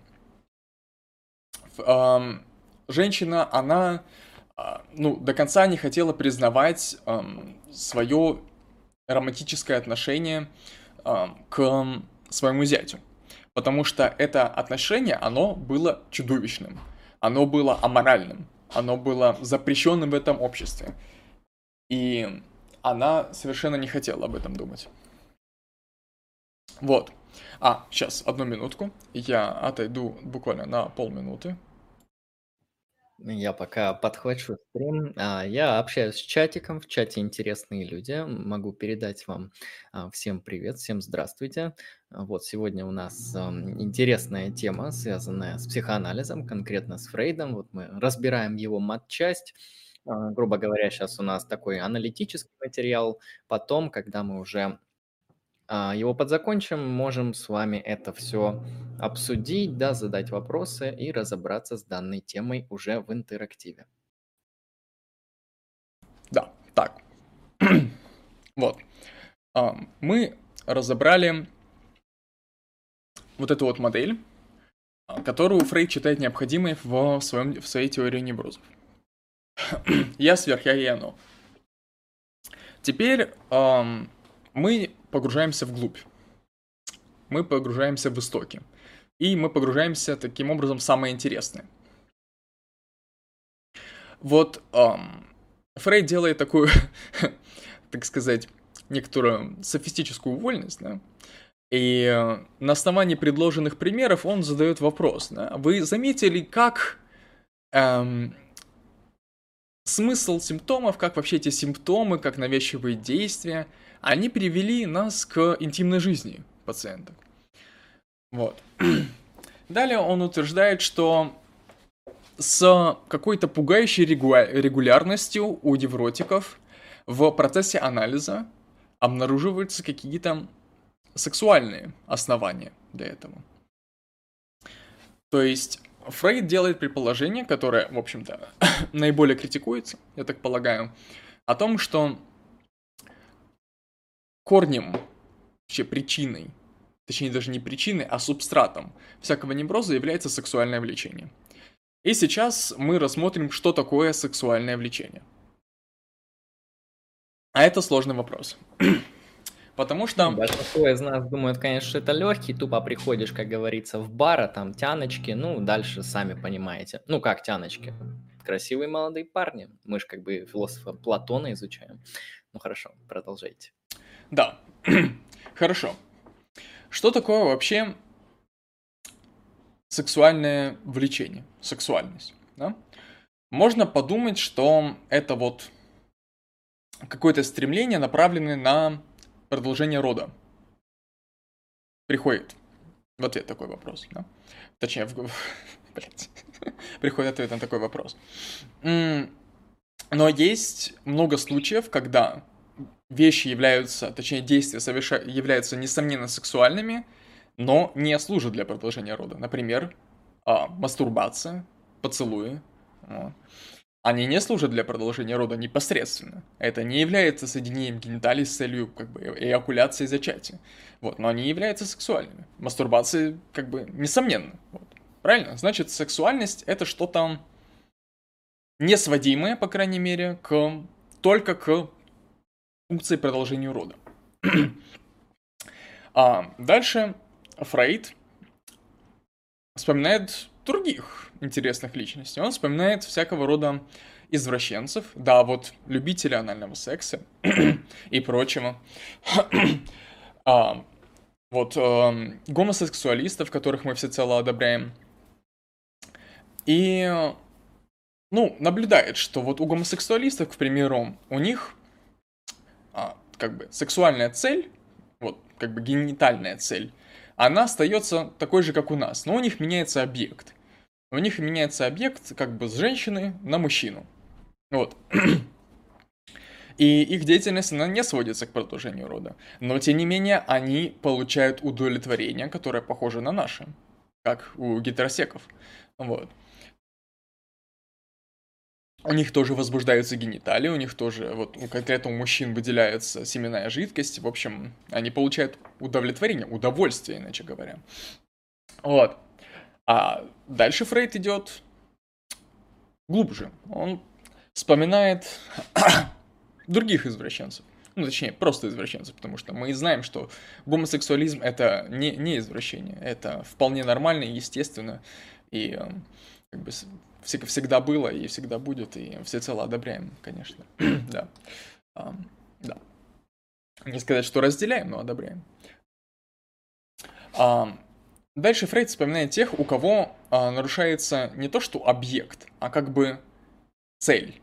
эм, женщина, она э, ну, до конца не хотела признавать эм, свое романтическое отношение эм, к своему зятю. Потому что это отношение, оно было чудовищным. Оно было аморальным, оно было запрещенным в этом обществе. И она совершенно не хотела об этом думать. Вот. А, сейчас, одну минутку. Я отойду буквально на полминуты. Я пока подхвачу стрим. А, Я общаюсь с чатиком, в чате интересные люди. Могу передать вам а, всем привет, всем здравствуйте. А, Вот сегодня у нас ам, интересная тема, связанная с психоанализом, конкретно с Фрейдом. Вот мы разбираем его матчасть. А, Грубо говоря, сейчас у нас такой аналитический материал. Потом, когда мы уже а, его подзакончим, можем с вами это все обсудить, да, задать вопросы и разобраться с данной темой уже в интерактиве. Да, так. Вот. А, Мы разобрали вот эту вот модель, а, которую Фрейд считает необходимой в, своем, в своей теории неврозов. Я сверх, я и оно. Теперь ам, мы погружаемся вглубь. Мы погружаемся в истоки. И мы погружаемся таким образом в самое интересное. Вот ам, Фрейд делает такую, так сказать, некоторую софистическую вольность, да? И э, на основании предложенных примеров он задает вопрос, да? Вы заметили, как эм, смысл симптомов, как вообще эти симптомы, как навязчивые действия, они привели нас к интимной жизни пациента. Вот. Далее он утверждает, что с какой-то пугающей регулярностью у невротиков в процессе анализа обнаруживаются какие-то сексуальные основания для этого. То есть Фрейд делает предположение, которое, в общем-то, наиболее критикуется, я так полагаю, о том, что корнем, вообще причиной, точнее даже не причиной, а субстратом всякого невроза является сексуальное влечение. И сейчас мы рассмотрим, что такое сексуальное влечение. А это сложный вопрос. Потому Ну, что... большинство из нас думают, конечно, что это легкий, тупо приходишь, как говорится, в бар, а там тяночки, ну, дальше сами понимаете. Ну, как тяночки? Красивые молодые парни. Мы же как бы философа Платона изучаем. Ну, хорошо, продолжайте. Да, хорошо. Что такое вообще сексуальное влечение, сексуальность, да? Можно подумать, что это вот какое-то стремление, направленное на продолжение рода. Приходит в ответ такой вопрос, да? Точнее, в... Блядь. Приходит ответ на такой вопрос. Но есть много случаев, когда вещи являются, точнее, действия соверша... являются, несомненно, сексуальными, но не служат для продолжения рода. Например, а, мастурбация, поцелуи. Вот. Они не служат для продолжения рода непосредственно. Это не является соединением гениталий с целью как бы эякуляции и зачатия. Вот, но они являются сексуальными. Мастурбация, как бы, несомненно. Вот. Правильно? Значит, сексуальность это что-то не сводимое, по крайней мере, к только к функции продолжения рода. А дальше Фрейд вспоминает других интересных личностей. Он вспоминает всякого рода извращенцев, да, вот любители анального секса и прочего. а, вот э, гомосексуалистов, которых мы всецело одобряем. И, ну, наблюдает, что вот у гомосексуалистов, к примеру, у них а, как бы сексуальная цель, вот как бы генитальная цель, она остается такой же, как у нас, но у них меняется объект. У них меняется объект как бы с женщины на мужчину. Вот. И их деятельность, она не сводится к продолжению рода. Но, тем не менее, они получают удовлетворение, которое похоже на наше, как у гетеросеков. Вот. У них тоже возбуждаются гениталии, у них тоже, вот у конкретно у мужчин выделяется семенная жидкость. В общем, они получают удовлетворение, удовольствие, иначе говоря. Вот. А дальше Фрейд идет глубже. Он вспоминает других извращенцев. Ну, точнее, просто извращенцев, потому что мы знаем, что гомосексуализм это не, не извращение. Это вполне нормально и естественно. И как бы всегда было и всегда будет, и всецело одобряем, конечно. Да. А, да. Не сказать, что разделяем, но одобряем. А, дальше Фрейд вспоминает тех, у кого а, нарушается не то что объект, а как бы цель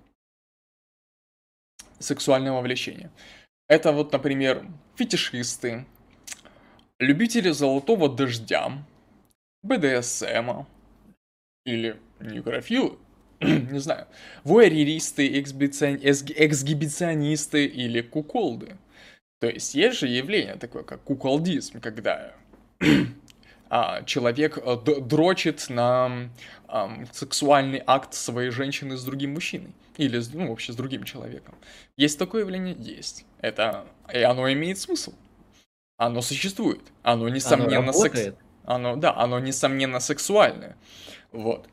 сексуального влечения. Это вот, например, фетишисты, любители золотого дождя, бэ дэ эс эм или некрофилы, не знаю, вуайеристы, эксгибиционисты или куколды. То есть есть же явление такое, как куколдизм, когда а, человек дрочит на а, сексуальный акт своей женщины с другим мужчиной. Или, ну, вообще с другим человеком. Есть такое явление? Есть. Это, и оно имеет смысл. Оно существует. Оно, несомненно, Оно работает. секс... Оно, да, оно, несомненно, сексуальное. Вот.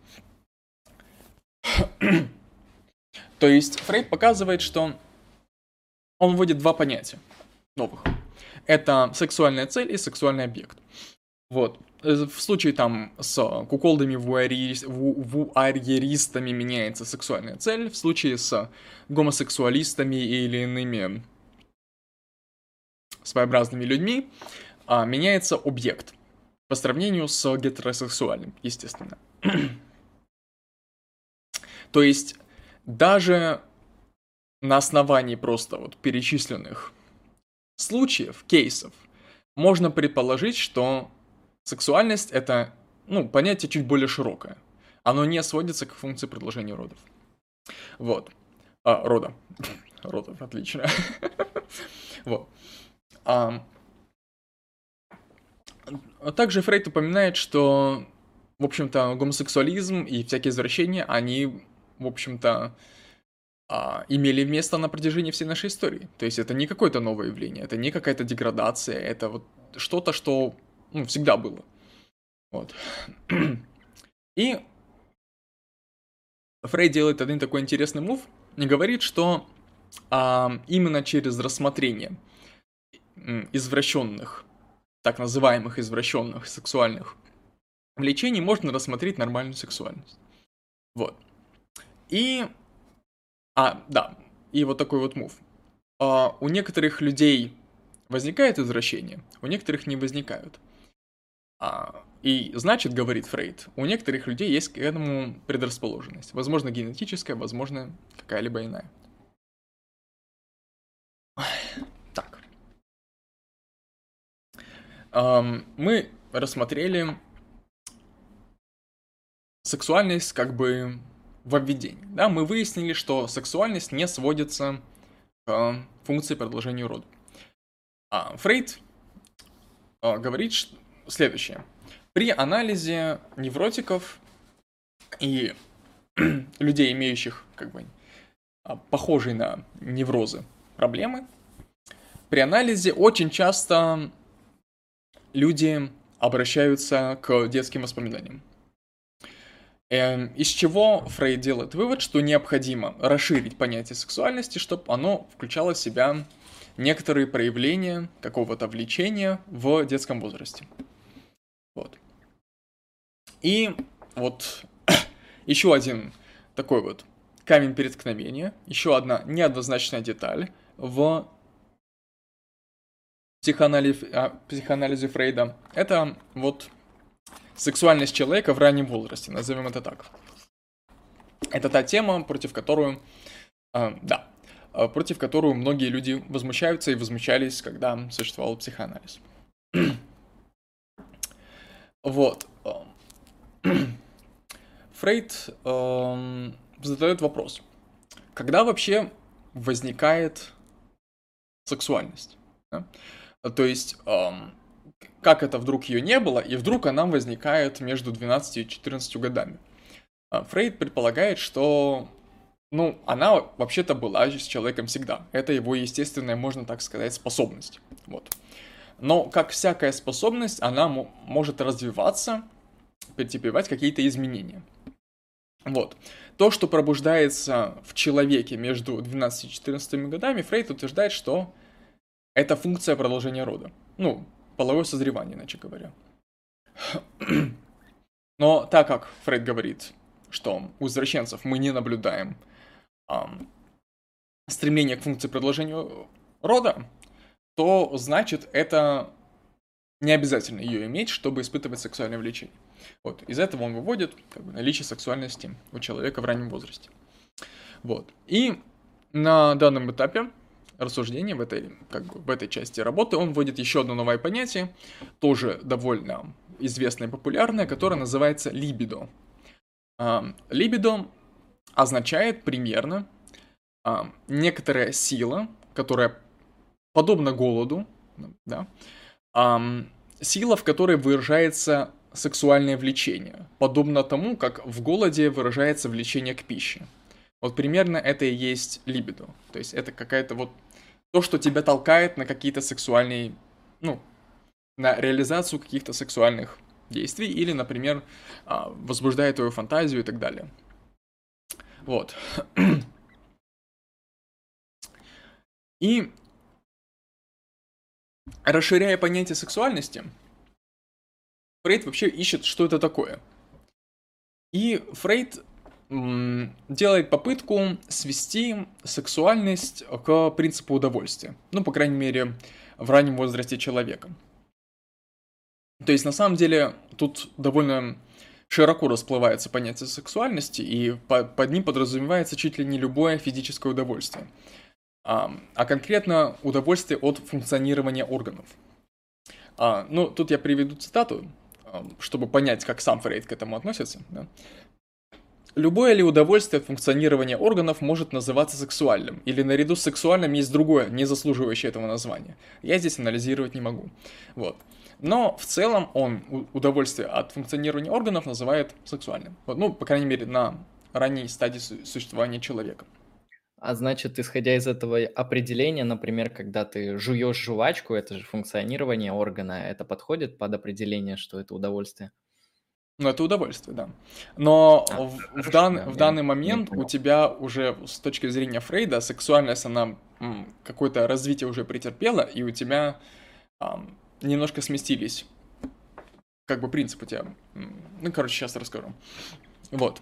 То есть Фрейд показывает, что он вводит два понятия новых. Это сексуальная цель и сексуальный объект. Вот. В случае там с куколдами, вуайеристами меняется сексуальная цель. В случае с гомосексуалистами или иными своеобразными людьми а, меняется объект. По сравнению с гетеросексуальным, естественно. То есть даже на основании просто вот перечисленных случаев, кейсов, можно предположить, что сексуальность это, ну, понятие чуть более широкое. Оно не сводится к функции продолжения родов. Вот. А, рода. Родов, отлично. Вот. А, также Фрейд упоминает, что, в общем-то, гомосексуализм и всякие извращения, они, в общем-то, а, имели место на протяжении всей нашей истории. То есть это не какое-то новое явление, это не какая-то деградация, это вот что-то, что ну, всегда было. Вот. И Фрейд делает один такой интересный мув и говорит, что а, именно через рассмотрение извращенных, так называемых извращенных сексуальных влечений можно рассмотреть нормальную сексуальность. Вот. И... А, да. И вот такой вот мув. А, у некоторых людей возникает извращение, у некоторых не возникают. А, и значит, говорит Фрейд, у некоторых людей есть к этому предрасположенность. Возможно, генетическая, возможно, какая-либо иная. Так. Ам, мы рассмотрели сексуальность как бы в обведении. Да, мы выяснили, что сексуальность не сводится к функции продолжения рода. А Фрейд а, говорит что следующее. При анализе невротиков и людей, имеющих как бы похожие на неврозы проблемы, при анализе очень часто люди обращаются к детским воспоминаниям. Из чего Фрейд делает вывод, что необходимо расширить понятие сексуальности, чтобы оно включало в себя некоторые проявления какого-то влечения в детском возрасте. Вот. И вот еще один такой вот камень преткновения, еще одна неоднозначная деталь в психоанализе, а, психоанализе Фрейда. Это вот сексуальность человека в раннем возрасте, назовем это так. Это та тема, против которую, э, да, против которой многие люди возмущаются и возмущались, когда существовал психоанализ. Вот. Фрейд э, задает вопрос. Когда вообще возникает сексуальность? Да? То есть... Э, как это вдруг ее не было, и вдруг она возникает между двенадцатью и четырнадцатью годами. Фрейд предполагает, что, ну, она вообще-то была с человеком всегда. Это его естественная, можно так сказать, способность. Вот. Но, как всякая способность, она может развиваться, претерпевать какие-то изменения. Вот. То, что пробуждается в человеке между двенадцатью и четырнадцатью годами, Фрейд утверждает, что это функция продолжения рода. Ну, половое созревание, иначе говоря. Но так как Фрейд говорит, что у извращенцев мы не наблюдаем эм, стремление к функции продолжения рода, то значит это не обязательно ее иметь, чтобы испытывать сексуальное влечение. Вот. Из этого он выводит как бы, наличие сексуальности у человека в раннем возрасте. Вот. И на данном этапе рассуждения в этой, как бы, в этой части работы он вводит еще одно новое понятие, тоже довольно известное и популярное, которое называется либидо. Либидо означает примерно некоторая сила, которая подобна голоду, да, сила, в которой выражается сексуальное влечение, подобно тому, как в голоде выражается влечение к пище. Вот примерно это и есть либидо. То есть это какая-то вот то, что тебя толкает на какие-то сексуальные, ну, на реализацию каких-то сексуальных действий или, например, возбуждает твою фантазию и так далее. Вот. И расширяя понятие сексуальности, Фрейд вообще ищет, что это такое. И Фрейд делает попытку свести сексуальность к принципу удовольствия. Ну, по крайней мере, в раннем возрасте человека. То есть, на самом деле, тут довольно широко расплывается понятие сексуальности, и под ним подразумевается чуть ли не любое физическое удовольствие. А, а конкретно удовольствие от функционирования органов. А, ну, тут я приведу цитату, чтобы понять, как сам Фрейд к этому относится. Да? Любое ли удовольствие от функционирования органов может называться сексуальным, или наряду с сексуальным есть другое, не заслуживающее этого названия. Я здесь анализировать не могу. Вот. Но в целом он удовольствие от функционирования органов называет сексуальным. Вот, ну, по крайней мере, на ранней стадии существования человека. А значит, исходя из этого определения, например, когда ты жуешь жвачку, это же функционирование органа, это подходит под определение, что это удовольствие? Ну, это удовольствие, да. Но А, в, в хорошо, дан- да, в я данный не момент у понял. тебя уже с точки зрения Фрейда сексуальность, она м, какое-то развитие уже претерпела, и у тебя ам, немножко сместились, как бы принцип у тебя. м, Ну, короче, сейчас расскажу. Вот.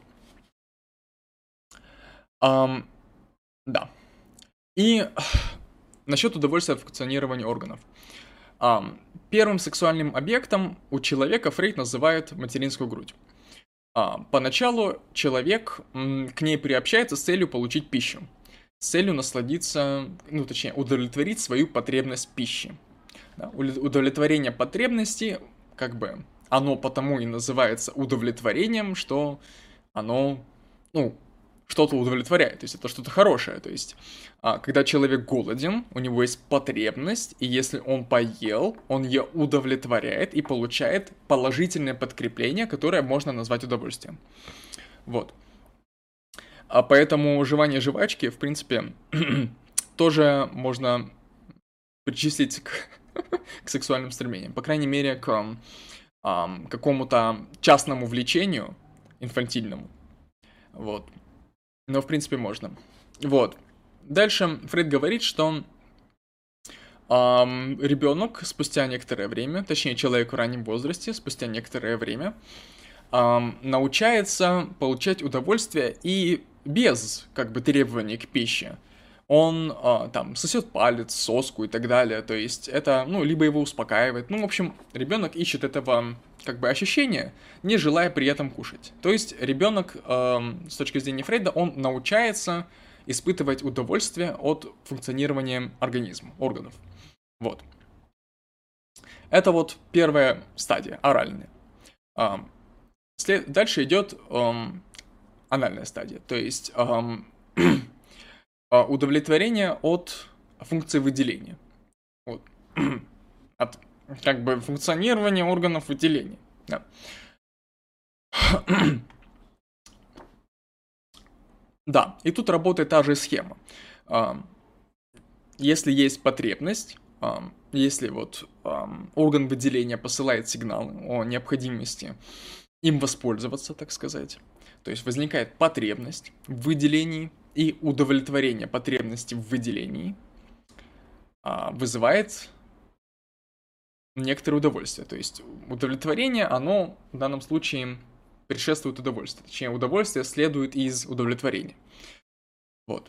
Ам, да. И насчет удовольствия от функционирования органов. Ам, первым сексуальным объектом у человека Фрейд называет материнскую грудь. А, поначалу человек м, к ней приобщается с целью получить пищу, с целью насладиться, ну точнее, удовлетворить свою потребность в пище. Да, ули- удовлетворение потребности, как бы, оно потому и называется удовлетворением, что оно, ну, что-то удовлетворяет, то есть это что-то хорошее, то есть а, когда человек голоден, у него есть потребность, и если он поел, он ее удовлетворяет и получает положительное подкрепление, которое можно назвать удовольствием. Вот. А поэтому жевание жвачки, в принципе, тоже можно причислить к, к сексуальным стремлениям. По крайней мере, к ам, какому-то частному влечению, инфантильному. Вот. Но, в принципе, можно. Вот. Дальше Фрейд говорит, что ам, ребенок спустя некоторое время, точнее, человек в раннем возрасте, спустя некоторое время, ам, научается получать удовольствие и без, как бы, требований к пище. Он а, там сосет палец, соску и так далее. То есть это, ну, либо его успокаивает. Ну, в общем, ребенок ищет этого, как бы, ощущения, не желая при этом кушать. То есть ребенок, эм, с точки зрения Фрейда, он научается испытывать удовольствие от функционирования организма, органов. Вот. Это вот первая стадия, оральная. Ам, след- Дальше идет ам, анальная стадия, то есть ам, а, удовлетворение от функции выделения. Вот. От, как бы, функционирования органов выделения. Да. Да, и тут работает та же схема. Ам, Если есть потребность, ам, если вот ам, орган выделения посылает сигнал о необходимости им воспользоваться, так сказать, то есть возникает потребность в выделении и удовлетворение потребности в выделении а, вызывает некоторое удовольствие. То есть удовлетворение, оно в данном случае предшествует удовольствию. Точнее, удовольствие следует из удовлетворения. Вот.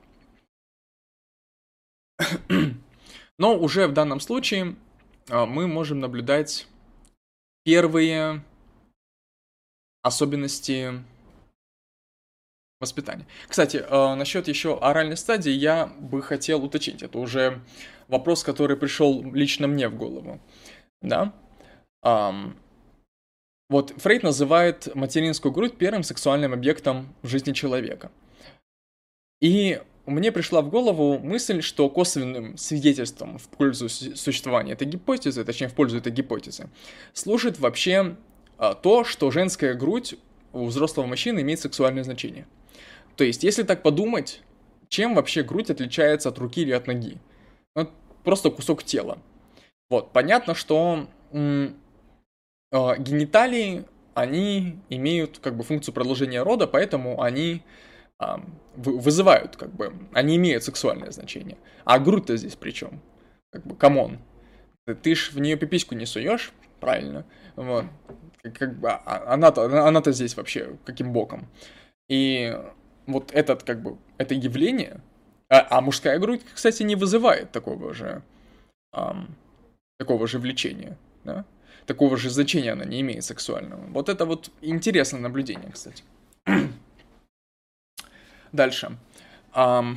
Но уже в данном случае а, мы можем наблюдать первые особенности воспитания. Кстати, э, насчет еще оральной стадии я бы хотел уточнить. Это уже вопрос, который пришел лично мне в голову. Да? Ам, вот Фрейд называет материнскую грудь первым сексуальным объектом в жизни человека. И мне пришла в голову мысль, что косвенным свидетельством в пользу су- существования этой гипотезы, точнее в пользу этой гипотезы, служит вообще а, то, что женская грудь у взрослого мужчины имеет сексуальное значение. То есть, если так подумать, чем вообще грудь отличается от руки или от ноги? Ну, просто кусок тела. Вот, понятно, что м, э, гениталии, они имеют как бы функцию продолжения рода, поэтому они а, вы- вызывают, как бы, они имеют сексуальное значение. А грудь-то здесь при чем? Как бы, камон. Ты, ты ж в нее пипиську не суешь, правильно? Вот. Как, как бы, а- она-то, она-то здесь вообще каким боком? И вот этот, как бы, это явление, а, а мужская грудь, кстати, не вызывает такого же, ам, такого же влечения, да? Такого же значения она не имеет сексуального. Вот это вот интересное наблюдение, кстати. Дальше. Ам,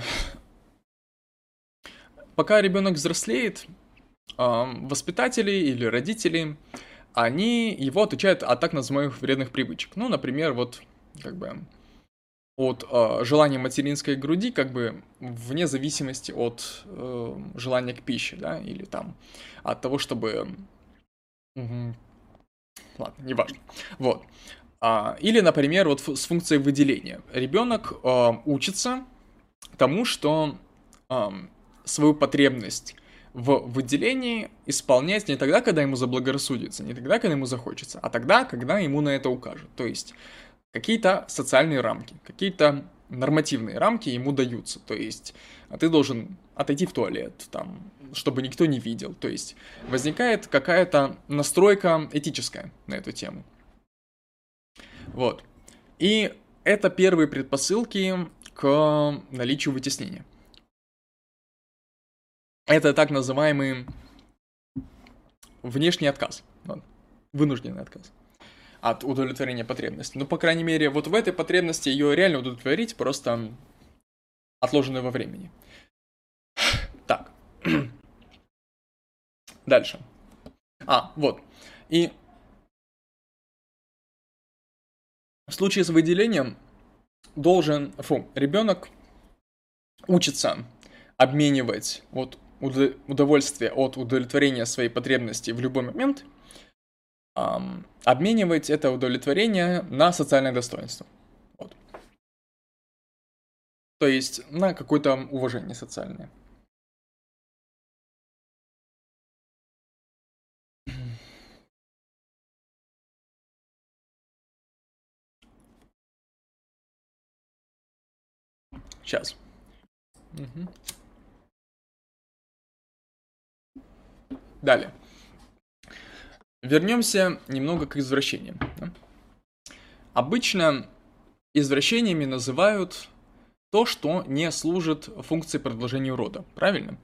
пока ребенок взрослеет, ам, воспитатели или родители, они его отучают от так называемых вредных привычек. Ну, например, вот, как бы, от э, желания материнской груди, как бы вне зависимости от э, желания к пище, да, или там от того, чтобы... Мгм. Ладно, неважно. Вот. А, или, например, вот ф- с функцией выделения. Ребенок э, учится тому, что ам, свою потребность в выделении исполнять не тогда, когда ему заблагорассудится, не тогда, когда ему захочется, а тогда, когда ему на это укажут. То есть какие-то социальные рамки, какие-то нормативные рамки ему даются. То есть ты должен отойти в туалет, там, чтобы никто не видел. То есть возникает какая-то настройка этическая на эту тему. Вот. И это первые предпосылки к наличию вытеснения. Это так называемый внешний отказ, вынужденный отказ от удовлетворения потребности. Ну, по крайней мере, вот в этой потребности ее реально удовлетворить, просто отложенную во времени. Так. Дальше. А, вот. И в случае с выделением должен, фу, ребенок учится обменивать вот удовольствие от удовлетворения своей потребности в любой момент, эм, обменивать это удовлетворение на социальное достоинство. Вот. То есть на какое-то уважение социальное. Сейчас. Угу. Далее. Вернемся немного к извращениям. Обычно извращениями называют то, что не служит функции продолжения рода. Правильно?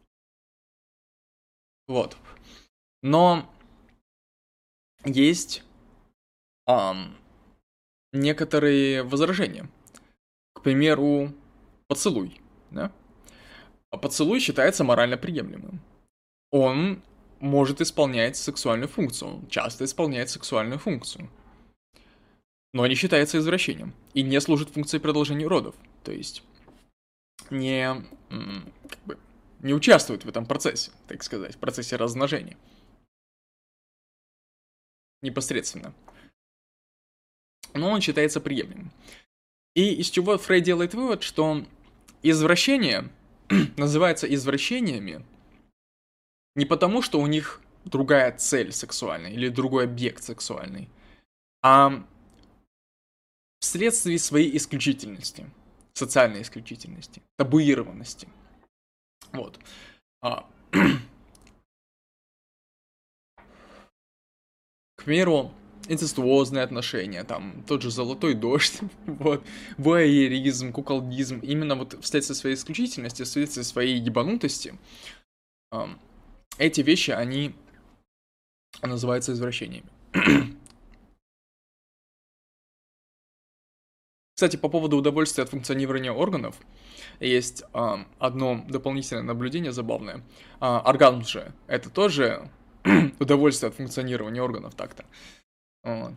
Вот. Но есть эм, некоторые возражения. К примеру, поцелуй. Да? Поцелуй считается морально приемлемым. Он может исполнять сексуальную функцию, он часто исполняет сексуальную функцию, но не считается извращением и не служит функции продолжения родов, то есть не, как бы, не участвует в этом процессе, так сказать, в процессе размножения непосредственно, но он считается приемлемым. И из чего Фрейд делает вывод, что извращение называется извращениями не потому, что у них другая цель сексуальная или другой объект сексуальный, а вследствие своей исключительности, социальной исключительности, табуированности. Вот. А, к примеру, инцестуозные отношения, там, тот же золотой дождь, вот, вуайеризм, куколдизм, именно вот вследствие своей исключительности, вследствие своей ебанутости, эти вещи, они называются извращениями. Кстати, по поводу удовольствия от функционирования органов, есть э, одно дополнительное наблюдение забавное. Э, оргазм же, это тоже удовольствие от функционирования органов так-то. Э,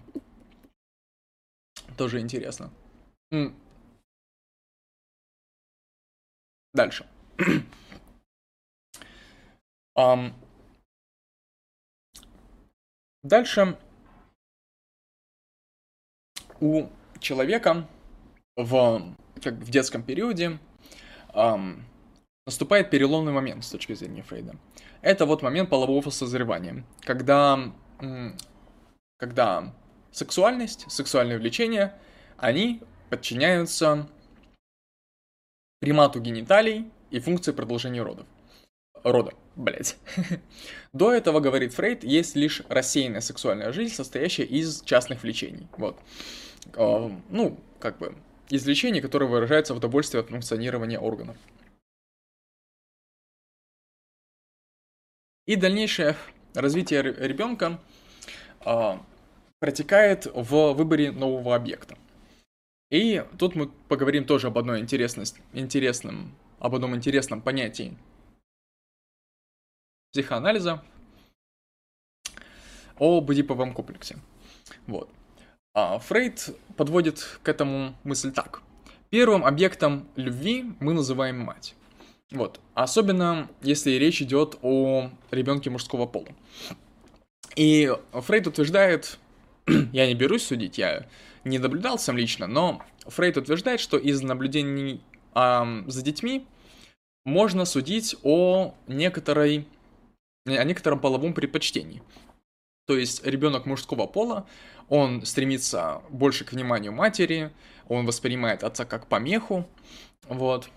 тоже интересно. М. Дальше. Um, дальше у человека в, как в детском периоде um, наступает переломный момент с точки зрения Фрейда. Это вот момент полового созревания, когда, когда сексуальность, сексуальное влечение, они подчиняются примату гениталий и функции продолжения родов. Рода, блять. До этого, говорит Фрейд, есть лишь рассеянная сексуальная жизнь, состоящая из частных влечений. Вот. Ну, как бы, из влечений, которые выражаются в удовольствии от функционирования органов. И дальнейшее развитие ребенка протекает в выборе нового объекта. И тут мы поговорим тоже об одной интересном, об одном интересном понятии психоанализа, об эдиповом комплексе. Вот. А Фрейд подводит к этому мысль так. Первым объектом любви мы называем мать. Вот. Особенно, если речь идет о ребенке мужского пола. И Фрейд утверждает, я не берусь судить, я не наблюдал сам лично, но Фрейд утверждает, что из наблюдений э, за детьми можно судить о некоторой, о некотором половом предпочтении. То есть ребенок мужского пола, он стремится больше к вниманию матери, он воспринимает отца как помеху, вот.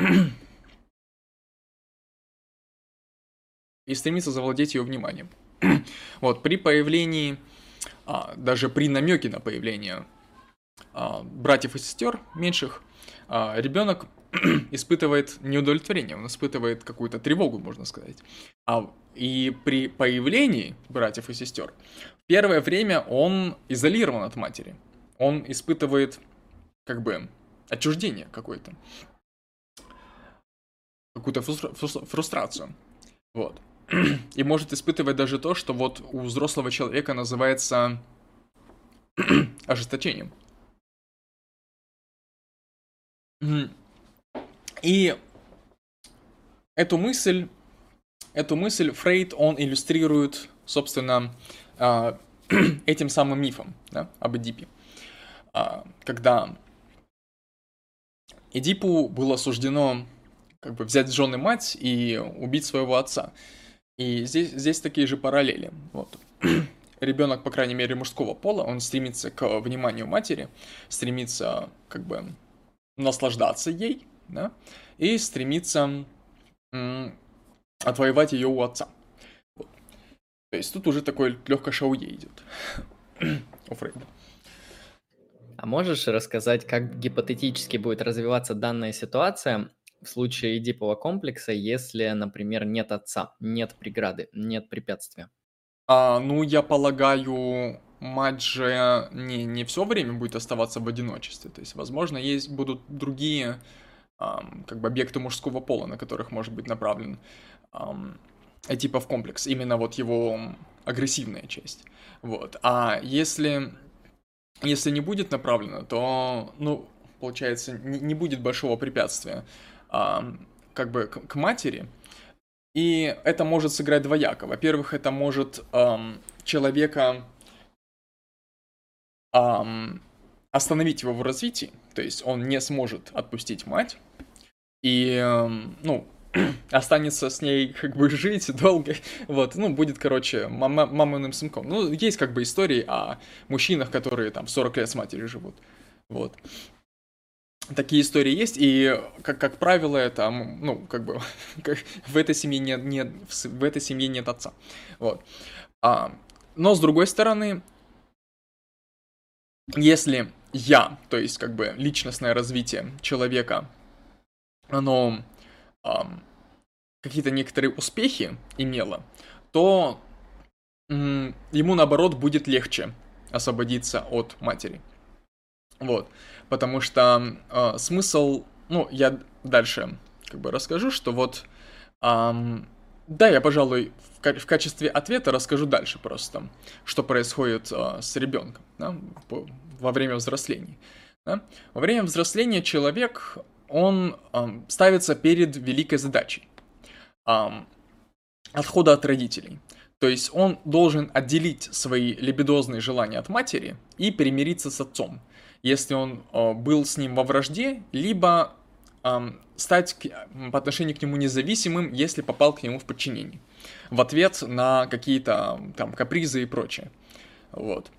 И стремится завладеть ее вниманием. Вот, при появлении, а, даже при намеке на появление а, братьев и сестер меньших, а, ребенок испытывает неудовлетворение, он испытывает какую-то тревогу, можно сказать. А, и при появлении братьев и сестер, в первое время он изолирован от матери. Он испытывает, как бы, отчуждение какое-то. Какую-то фрустра- фрустра- фрустрацию. Вот. И может испытывать даже то, что вот у взрослого человека называется ожесточением. И эту мысль, эту мысль Фрейд, он иллюстрирует, собственно, а, этим самым мифом, да, об Эдипе. А, Когда Эдипу было суждено как бы взять в жены мать и убить своего отца. И здесь, здесь такие же параллели. Вот. Ребенок, по крайней мере, мужского пола, он стремится к вниманию матери, стремится как бы наслаждаться ей, да, и стремится м, отвоевать ее у отца. Вот. То есть тут уже такое легкое шоуе идет у Фрейда. А можешь рассказать, как гипотетически будет развиваться данная ситуация в случае эдипового комплекса, если, например, нет отца, нет преграды, нет препятствия? А, ну, я полагаю, мать же не, не все время будет оставаться в одиночестве. То есть, возможно, есть будут другие ам, как бы объекты мужского пола, на которых может быть направлен ам, Эдипов комплекс. Именно вот его агрессивная часть. Вот. А если, если не будет направлено, то, ну, получается, не, не будет большого препятствия ам, как бы к, к матери. И это может сыграть двояко. Во-первых, это может ам, человека ам, остановить его в развитии, то есть он не сможет отпустить мать, и, ам, ну, останется с ней как бы жить долго, вот, ну, будет, короче, мама, маминым сынком. Ну, есть как бы истории о мужчинах, которые там сорок лет с матерью живут, вот. Такие истории есть, и, как, как правило, это, м, ну, как бы, как в этой семье нет, нет, в с- в этой семье нет отца, вот. А, но, с другой стороны, если я, то есть, как бы, личностное развитие человека, оно ам, какие-то некоторые успехи имело, то м, ему, наоборот, будет легче освободиться от матери. Вот. Потому что э, смысл, ну, я дальше как бы расскажу, что вот, ам, да, я, пожалуй, в, ка- в качестве ответа расскажу дальше просто, что происходит э, с ребенком, да, по- во время взросления. Да. Во время взросления человек, он ам, ставится перед великой задачей ам, отхода от родителей. То есть он должен отделить свои либидозные желания от матери и примириться с отцом, если он э, был с ним во вражде, либо эм, стать к- по отношению к нему независимым, если попал к нему в подчинение, в ответ на какие-то там капризы и прочее. Вот.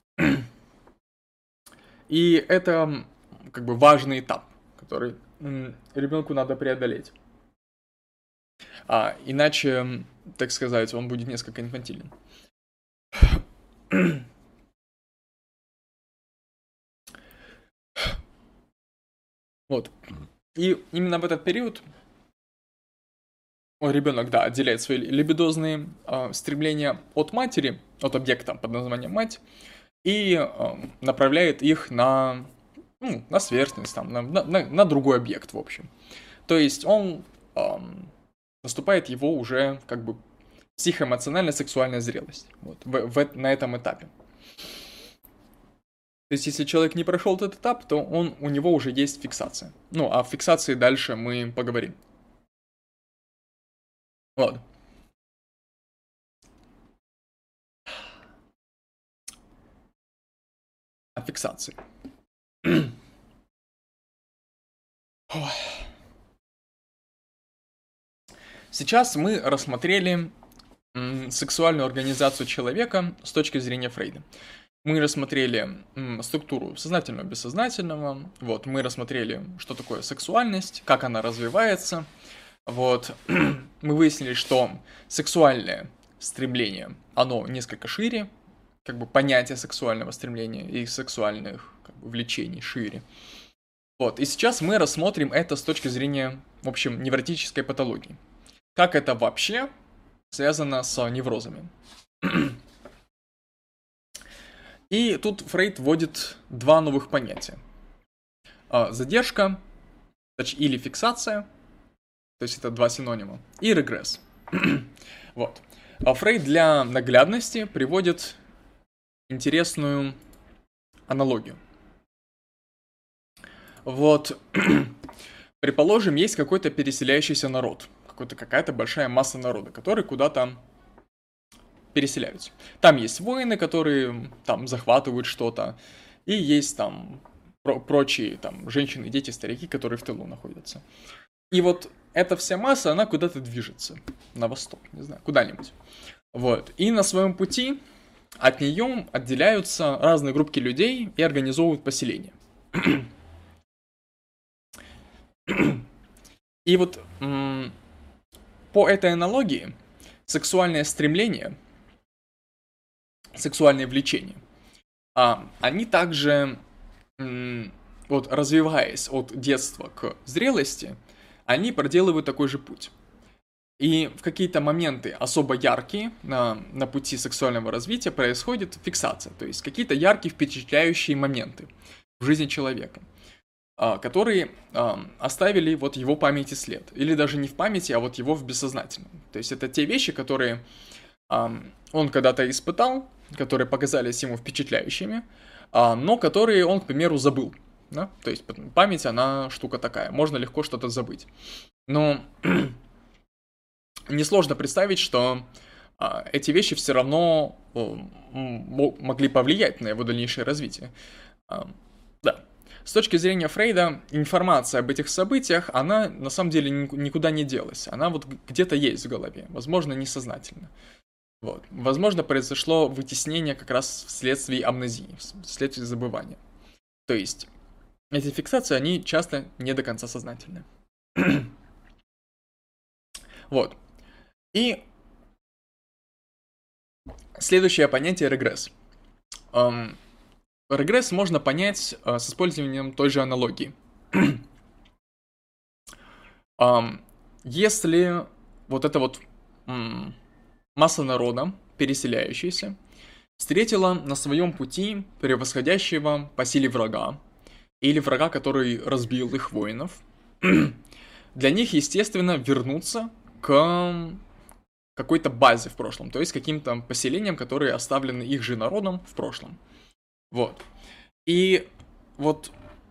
И это м, как бы важный этап, который м, ребенку надо преодолеть. А иначе, м, так сказать, он будет несколько инфантилен. Вот. И именно в этот период ребенок, да, отделяет свои либидозные э, стремления от матери, от объекта под названием мать, и э, направляет их на, ну, на сверстность, там, на, на, на другой объект, в общем. То есть он эм, наступает его уже как бы психоэмоциональная сексуальная зрелость вот, в, в, на этом этапе. То есть, если человек не прошел этот этап, то он, у него уже есть фиксация. Ну, а о фиксации дальше мы поговорим. Вот. О фиксации. сейчас мы рассмотрели м, сексуальную организацию человека с точки зрения Фрейда. Мы рассмотрели м, структуру сознательного и бессознательного, вот, мы рассмотрели, что такое сексуальность, как она развивается, вот, мы выяснили, что сексуальное стремление, оно несколько шире, как бы понятие сексуального стремления и сексуальных как бы, влечений шире. Вот, и сейчас мы рассмотрим это с точки зрения, в общем, невротической патологии. Как это вообще связано с неврозами. И тут Фрейд вводит два новых понятия. Задержка, или фиксация, то есть это два синонима, и регресс. Вот. А Фрейд для наглядности приводит интересную аналогию. Вот, предположим, есть какой-то переселяющийся народ, какой-то, какая-то большая масса народа, которые куда-то переселяются. Там есть воины, которые там захватывают что-то, и есть там про- прочие там женщины, дети, старики, которые в тылу находятся. И вот эта вся масса, она куда-то движется, на восток, не знаю, куда-нибудь. Вот, и на своем пути от нее отделяются разные группки людей и организовывают поселения. И вот м- по этой аналогии сексуальное стремление, сексуальное влечение, а, они также, м- вот развиваясь от детства к зрелости, они проделывают такой же путь. И в какие-то моменты особо яркие на, на пути сексуального развития происходит фиксация, то есть какие-то яркие впечатляющие моменты в жизни человека, которые оставили вот его памяти след. Или даже не в памяти, а вот его в бессознательном. То есть это те вещи, которые он когда-то испытал, которые показались ему впечатляющими, но которые он, к примеру, забыл. Да? То есть память, она штука такая, можно легко что-то забыть. Но несложно представить, что эти вещи все равно могли повлиять на его дальнейшее развитие. Да. С точки зрения Фрейда, информация об этих событиях, она на самом деле никуда не делась. Она вот где-то есть в голове, возможно, несознательно. Вот. Возможно, произошло вытеснение как раз вследствие амнезии, вследствие забывания. То есть, эти фиксации, они часто не до конца сознательны. Вот. И следующее понятие — регресс. Эм, Регресс можно понять э, с использованием той же аналогии. um, если вот эта вот м, масса народа, переселяющаяся, встретила на своем пути превосходящего по силе врага, или врага, который разбил их воинов, для них, естественно, вернуться к какой-то базе в прошлом, то есть каким-то поселениям, которые оставлены их же народом в прошлом. Вот. И вот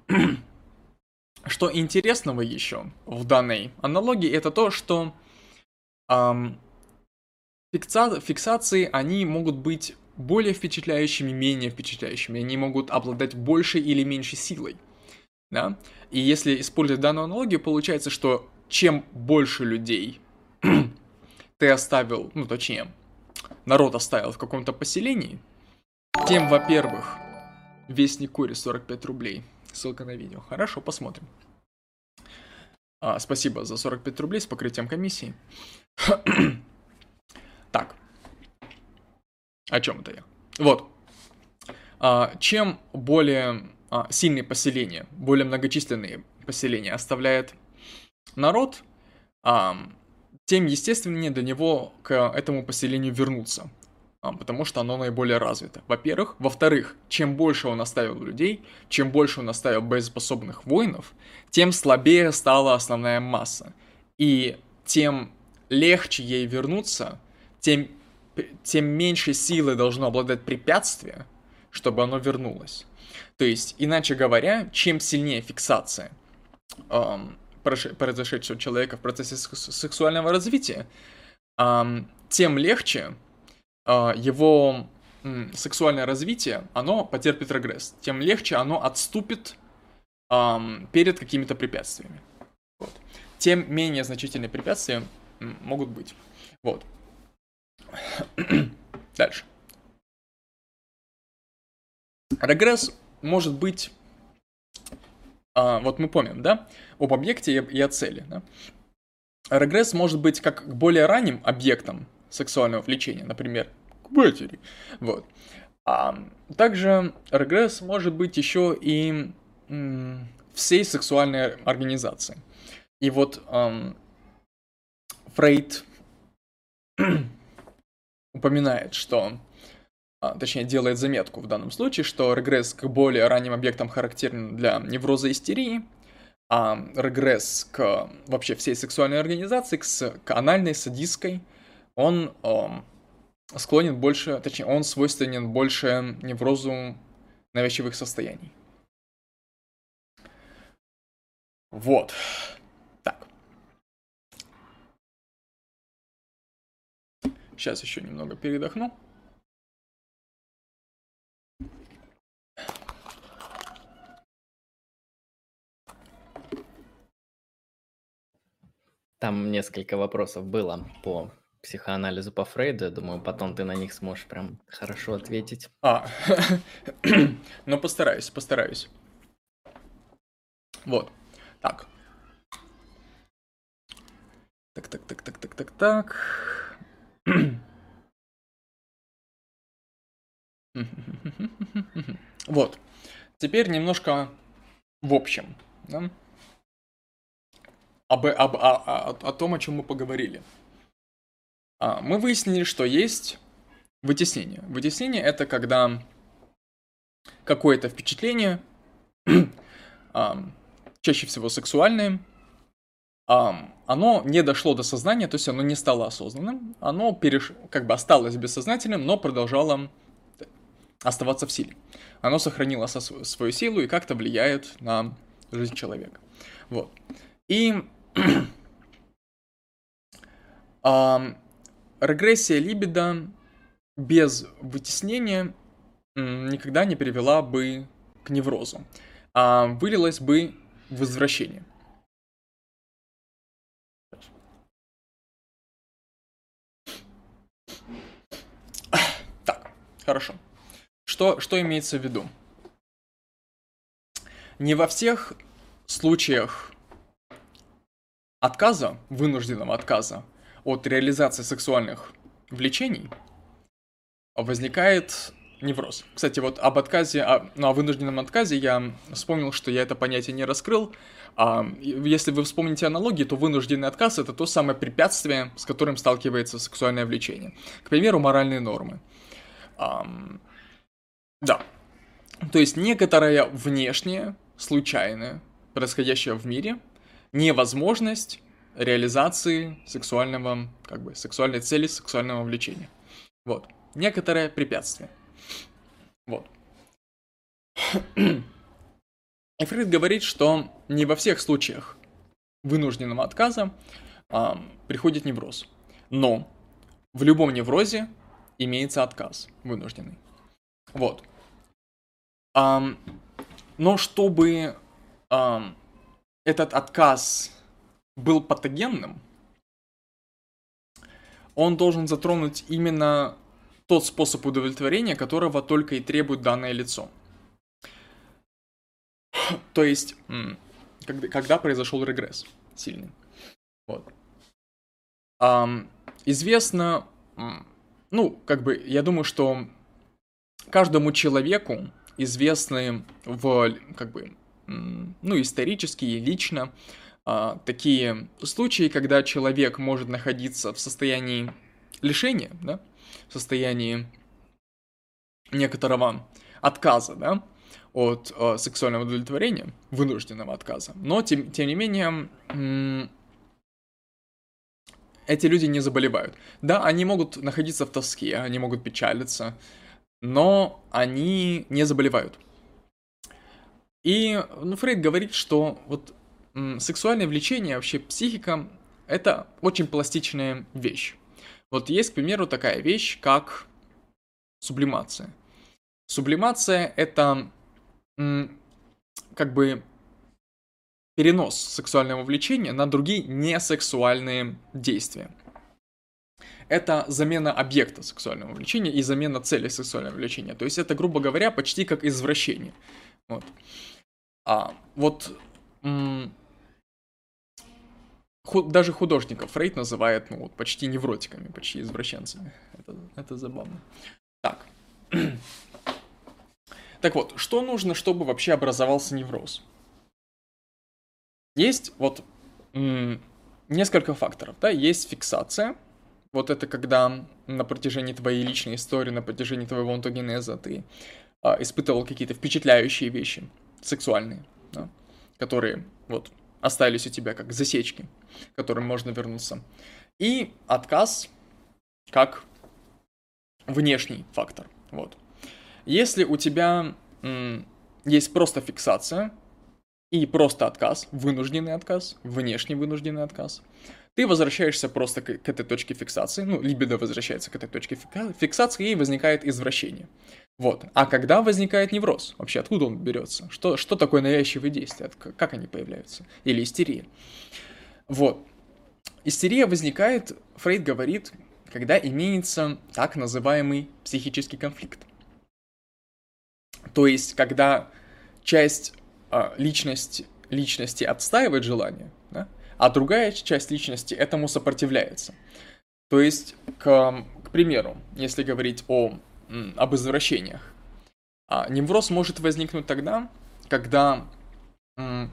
что интересного еще в данной аналогии, это то, что эм, фикса- фиксации, они могут быть более впечатляющими, менее впечатляющими, они могут обладать большей или меньшей силой. Да? И если использовать данную аналогию, получается, что чем больше людей ты оставил, ну точнее, народ оставил в каком-то поселении, тем, во-первых, Вестник Кури сорок пять рублей. Ссылка на видео. Хорошо, посмотрим. А, спасибо за сорок пять рублей с покрытием комиссии. Так. О чем это я? Вот. А, чем более а, сильные поселения, более многочисленные поселения оставляет народ, а, тем естественнее для него к этому поселению вернуться. Потому что оно наиболее развито. Во-первых. Во-вторых, чем больше он оставил людей, чем больше он оставил боеспособных воинов, тем слабее стала основная масса. И тем легче ей вернуться, тем, тем меньше силы должно обладать препятствие, чтобы оно вернулось. То есть, иначе говоря, чем сильнее фиксация эм, произошедшего человека в процессе сексуального развития, эм, тем легче его м, сексуальное развитие, оно потерпит регресс, тем легче оно отступит эм, перед какими-то препятствиями. Вот. Тем менее значительные препятствия могут быть. Вот. Дальше. Регресс может быть, а, вот мы помним, да, об объекте и о цели, да? Регресс может быть как к более ранним объектом сексуального влечения, например, к матери, вот. А также регресс может быть еще и м, всей сексуальной организации. И вот эм, Фрейд упоминает, что, а, точнее делает заметку в данном случае, что регресс к более ранним объектам характерен для невроза истерии, а регресс к вообще всей сексуальной организации, к, с- к анальной, садистской, он эм, склонен больше, точнее, он свойственен больше неврозу навязчивых состояний. Вот. Так. Сейчас еще немного передохну. Там несколько вопросов было по психоанализу по Фрейду. Я думаю, потом ты на них сможешь прям хорошо ответить. А, ну постараюсь, постараюсь. Вот. Так. Так, так, так, так, так, так, так. Вот. Теперь немножко в общем, да? об, об, о, о, о том, о чем мы поговорили. А, мы выяснили, что есть вытеснение. Вытеснение это когда какое-то впечатление, а, чаще всего сексуальное, а, оно не дошло до сознания, то есть оно не стало осознанным, оно переш... как бы осталось бессознательным, но продолжало оставаться в силе. Оно сохранило со свою силу и как-то влияет на жизнь человека. Вот. И а, регрессия либидо без вытеснения никогда не привела бы к неврозу, а вылилась бы в извращение. Так, хорошо. Что, что имеется в виду? Не во всех случаях отказа, вынужденного отказа от реализации сексуальных влечений возникает невроз. Кстати, вот об отказе, о, ну, о вынужденном отказе я вспомнил, что я это понятие не раскрыл. А, если вы вспомните аналогии, то вынужденный отказ — это то самое препятствие, с которым сталкивается сексуальное влечение. К примеру, моральные нормы. А, да. То есть некоторая внешняя, случайная, происходящая в мире, невозможность реализации сексуального, как бы, сексуальной цели, сексуального влечения. Вот. Некоторое препятствие. Вот. И Фрейд говорит, что не во всех случаях вынужденного отказа а, приходит невроз. Но в любом неврозе имеется отказ вынужденный. Вот. А, но чтобы а, этот отказ был патогенным, он должен затронуть именно тот способ удовлетворения, которого только и требует данное лицо. То есть, когда, когда произошел регресс сильный. Вот. Um, известно, ну, как бы, я думаю, что каждому человеку известны в, как бы, ну, исторически и лично uh, такие случаи, когда человек может находиться в состоянии лишения, да, в состоянии некоторого отказа, да, от э, сексуального удовлетворения, вынужденного отказа. Но, тем, тем не менее, м- эти люди не заболевают. Да, они могут находиться в тоске, они могут печалиться, но они не заболевают. И ну, Фрейд говорит, что вот м- сексуальное влечение, вообще психика, это очень пластичная вещь. Вот есть, к примеру, такая вещь, как сублимация. Сублимация — это м- как бы перенос сексуального влечения на другие несексуальные действия. Это замена объекта сексуального влечения и замена цели сексуального влечения. То есть это, грубо говоря, почти как извращение. Вот. А вот м- ху- даже художников Фрейд называет, ну, вот, почти невротиками, почти извращенцами. Это, это забавно. Так. Так вот, что нужно, чтобы вообще образовался невроз? Есть вот м- несколько факторов, да, есть фиксация. Вот это когда на протяжении твоей личной истории, на протяжении твоего онтогенеза ты а, испытывал какие-то впечатляющие вещи, сексуальные, да, которые вот остались у тебя как засечки, к которым можно вернуться. И отказ как внешний фактор. Вот. Если у тебя м, есть просто фиксация и просто отказ, вынужденный отказ, внешний вынужденный отказ, ты возвращаешься просто к, к этой точке фиксации, ну, либидо возвращается к этой точке фиксации, и возникает извращение. Вот. А когда возникает невроз? Вообще, откуда он берется? Что, что такое навязчивые действия? Как они появляются? Или истерия? Вот. Истерия возникает, Фрейд говорит, когда имеется так называемый психический конфликт. То есть, когда часть э, личности, личности отстаивает желание, да, а другая часть личности этому сопротивляется. То есть, к, к примеру, если говорить о, об извращениях, а, невроз может возникнуть тогда, когда м,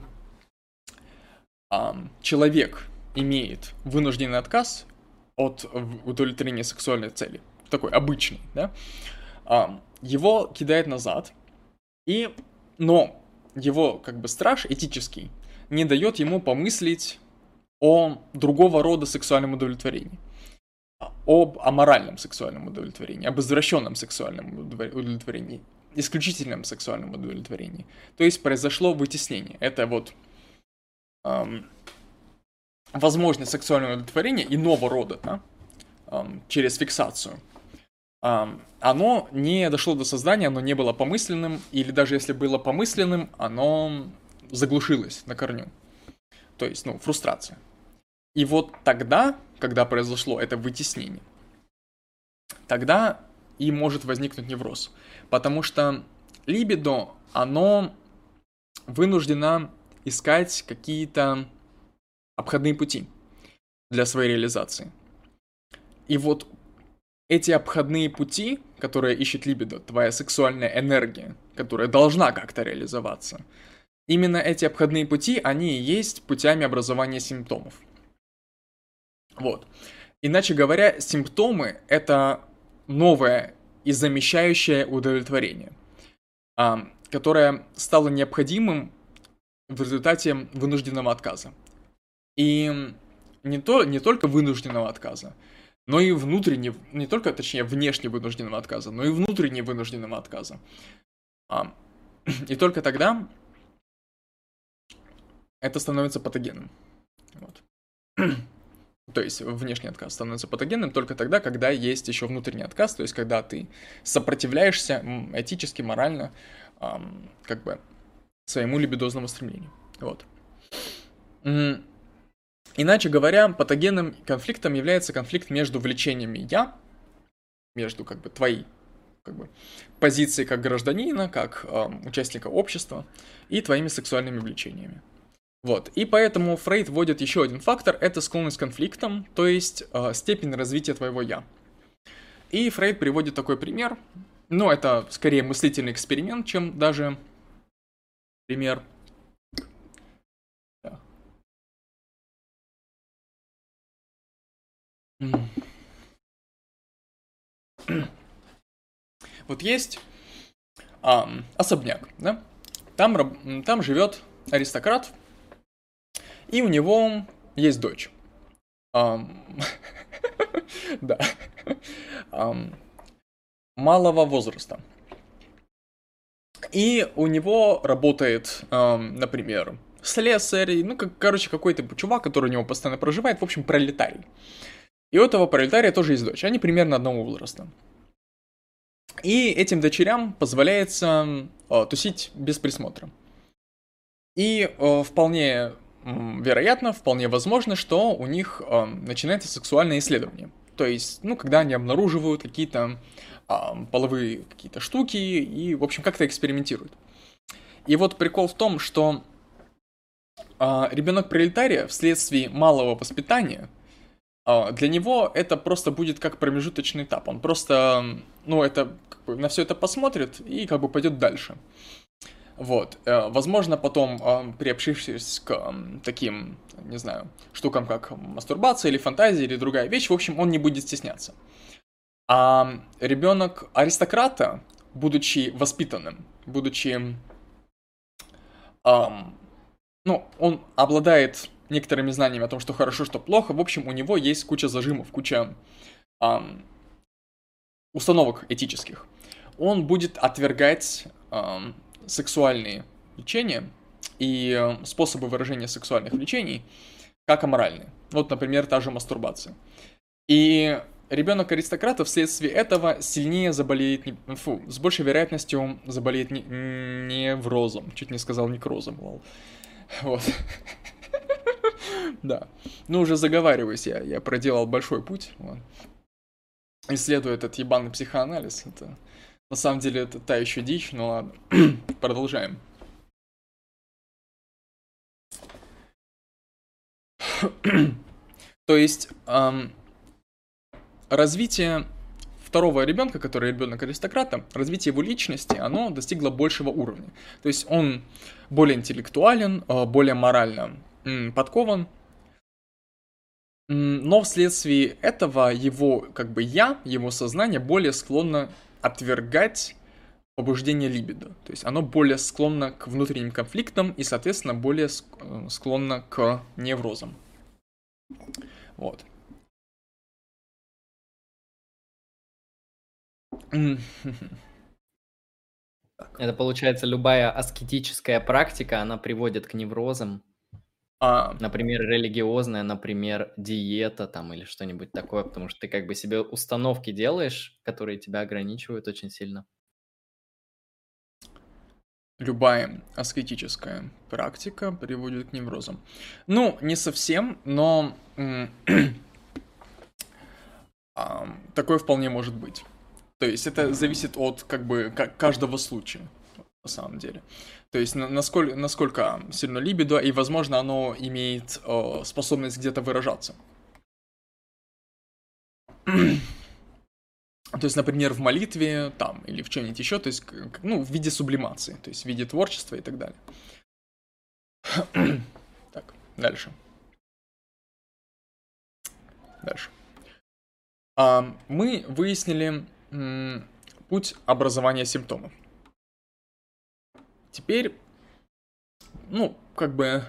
а, человек имеет вынужденный отказ от удовлетворения сексуальной цели, такой обычный, да, а, его кидает назад, и, но его как бы страж этический не дает ему помыслить о другого рода сексуальном удовлетворении, об аморальном сексуальном удовлетворении, об извращенном сексуальном удовлетворении, исключительном сексуальном удовлетворении. То есть произошло вытеснение. Это вот эм, возможность сексуального удовлетворения иного рода, да, эм, через фиксацию. Эм, оно не дошло до создания, оно не было помысленным, или даже если было помысленным, оно заглушилось на корню. То есть, ну, фрустрация. И вот тогда, когда произошло это вытеснение, тогда и может возникнуть невроз. Потому что либидо, оно вынуждено искать какие-то обходные пути для своей реализации. И вот эти обходные пути, которые ищет либидо, твоя сексуальная энергия, которая должна как-то реализоваться, именно эти обходные пути, они и есть путями образования симптомов. Вот. Иначе говоря, симптомы — это новое и замещающее удовлетворение, которое стало необходимым в результате вынужденного отказа. И не, то, не только вынужденного отказа, но и внутренне, не только, точнее, внешне вынужденного отказа, но и внутренне вынужденного отказа. И только тогда это становится патогенным. Вот. То есть внешний отказ становится патогенным только тогда, когда есть еще внутренний отказ, то есть когда ты сопротивляешься этически, морально, эм, как бы своему либидозному стремлению. Вот. Иначе говоря, патогенным конфликтом является конфликт между влечениями «я», между как бы твоей как бы, позицией как гражданина, как эм, участника общества, и твоими сексуальными влечениями. Вот, и поэтому Фрейд вводит еще один фактор, это склонность к конфликтам, то есть э, степень развития твоего «я». И Фрейд приводит такой пример, ну, это скорее мыслительный эксперимент, чем даже пример. Да. Вот есть э, особняк, да? Там, там живет аристократ, и у него есть дочь. Um, да. Um, малого возраста. И у него работает, um, например, слесарь, ну, как, короче, какой-то чувак, который у него постоянно проживает, в общем, пролетарий. И у этого пролетария тоже есть дочь, они примерно одного возраста. И этим дочерям позволяется uh, тусить без присмотра. И э, вполне м, вероятно, вполне возможно, что у них э, начинается сексуальное исследование. То есть, ну, когда они обнаруживают какие-то а, половые какие-то штуки и, в общем, как-то экспериментируют. И вот прикол в том, что а, ребенок пролетария вследствие малого воспитания, а, для него это просто будет как промежуточный этап. Он просто, ну, это как бы на все это посмотрит и как бы пойдет дальше. Вот. Э, Возможно, потом, э, приобщившись к м, таким, не знаю, штукам, как мастурбация или фантазия или другая вещь, в общем, он не будет стесняться. А ребенок аристократа, будучи воспитанным, будучи, ам, ну, он обладает некоторыми знаниями о том, что хорошо, что плохо. В общем, у него есть куча зажимов, куча ам, установок этических. Он будет отвергать ам, сексуальные влечения и э, способы выражения сексуальных влечений как аморальные. Вот, например, та же мастурбация. И ребенок аристократа вследствие этого сильнее заболеет, не- фу, с большей вероятностью заболеет не- неврозом. Чуть не сказал некрозом, лол. Вот. Да. Ну, уже заговариваюсь, я, я проделал большой путь. Вот. Исследуя этот ебаный психоанализ. Это, на самом деле, это та еще дичь, но ладно. Продолжаем. То есть, эм, развитие второго ребенка, который ребенок аристократа, развитие его личности, оно достигло большего уровня. То есть он более интеллектуален, э, более морально м, подкован, м, но вследствие этого его, как бы я, его сознание более склонно отвергать побуждение либидо. То есть оно более склонно к внутренним конфликтам и, соответственно, более ск- э, склонно к неврозам. Вот. М, Это получается любая аскетическая практика, она приводит к неврозам. А, Например, религиозная, например, диета там или что-нибудь такое, потому что ты как бы себе установки делаешь, которые тебя ограничивают очень сильно. любая аскетическая практика приводит к неврозам. Ну, не совсем, но м, а, такое вполне может быть. То есть это зависит от как бы ка- каждого случая, на самом деле. То есть на- насколько, насколько сильно либидо, и, возможно, оно имеет э, способность где-то выражаться. То есть, например, в молитве там или в чем-нибудь еще, то есть, к- к- ну, в виде сублимации, то есть в виде творчества и так далее. Так, дальше. Дальше. А, мы выяснили м, путь образования симптомов. Теперь, ну, как бы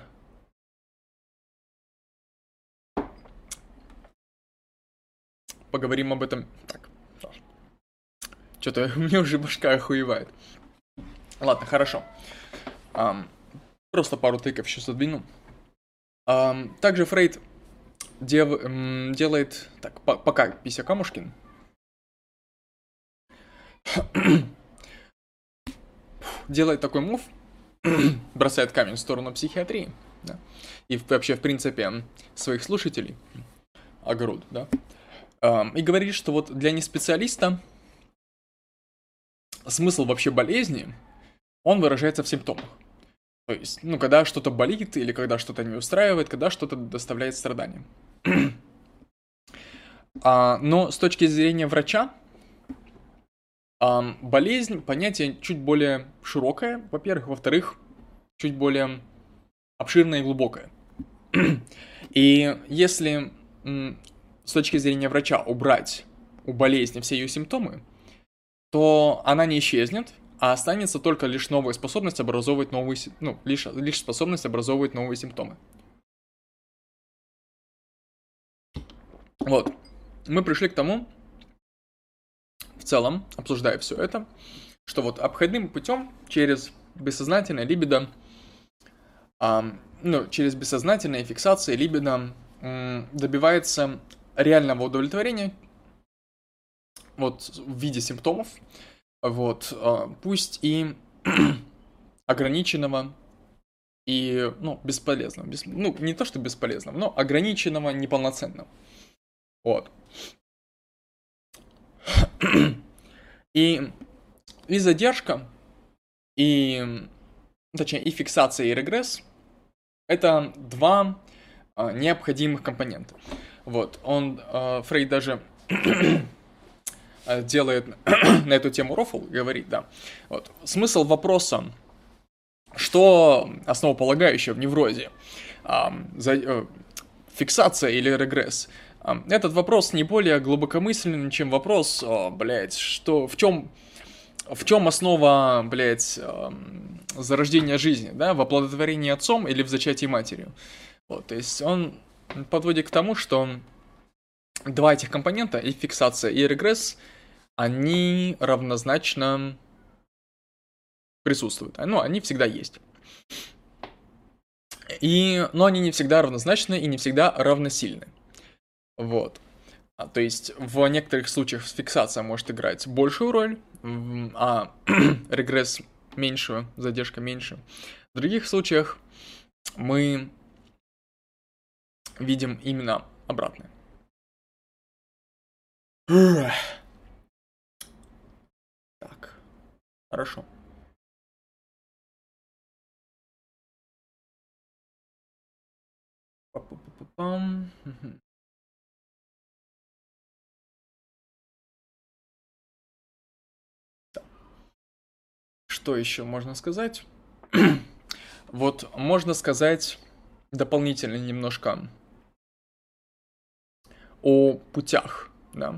поговорим об этом. Так, что-то у меня уже башка охуевает. Ладно, хорошо. Ам, просто пару тыков еще задвину. Ам, также Фрейд дев- м, делает... Так, по- пока Пися Камушкин. Делает такой мув, бросает камень в сторону психиатрии, да, и вообще, в принципе, своих слушателей, огород, да, Ам, и говорит, что вот для неспециалиста смысл вообще болезни, он выражается в симптомах. То есть, ну, когда что-то болит, или когда что-то не устраивает, когда что-то доставляет страдания. А, но с точки зрения врача, ам, болезнь понятие чуть более широкое, во-первых, во-вторых, чуть более обширное и глубокое. И если м, с точки зрения врача убрать у болезни все ее симптомы, то она не исчезнет, а останется только лишь новая способность образовывать новые, си- ну, лишь, лишь способность образовывать новые симптомы. Вот. Мы пришли к тому, в целом, обсуждая все это, что вот обходным путем через бессознательное либидо, ам, ну, через бессознательные фиксации либидо м, добивается реального удовлетворения, вот в виде симптомов, вот, а, пусть и ограниченного и, ну, бесполезного. Бес... Ну, не то, что бесполезного, но ограниченного, неполноценного. Вот. И, и задержка, и, точнее, и фиксация, и регресс — это два а, необходимых компонента. Вот, он, а, Фрейд даже делает на эту тему рофл, говорит, да. Вот. Смысл вопроса, что основополагающее в неврозе, а, за, а, фиксация или регресс, а, этот вопрос не более глубокомысленный, чем вопрос, о, блядь, что, в чем, в чем основа, блядь, а, зарождения жизни, да, в оплодотворении отцом или в зачатии матерью. Вот, то есть он подводит к тому, что два этих компонента, и фиксация, и регресс, они равнозначно присутствуют. Ну, они всегда есть. И, но они не всегда равнозначны и не всегда равносильны. Вот. А, то есть в некоторых случаях фиксация может играть большую роль, а регресс меньшую, задержка меньше. В других случаях мы видим именно обратное. Так, хорошо. Па-па-па-пам. Что еще можно сказать? Вот можно сказать дополнительно немножко о путях, да,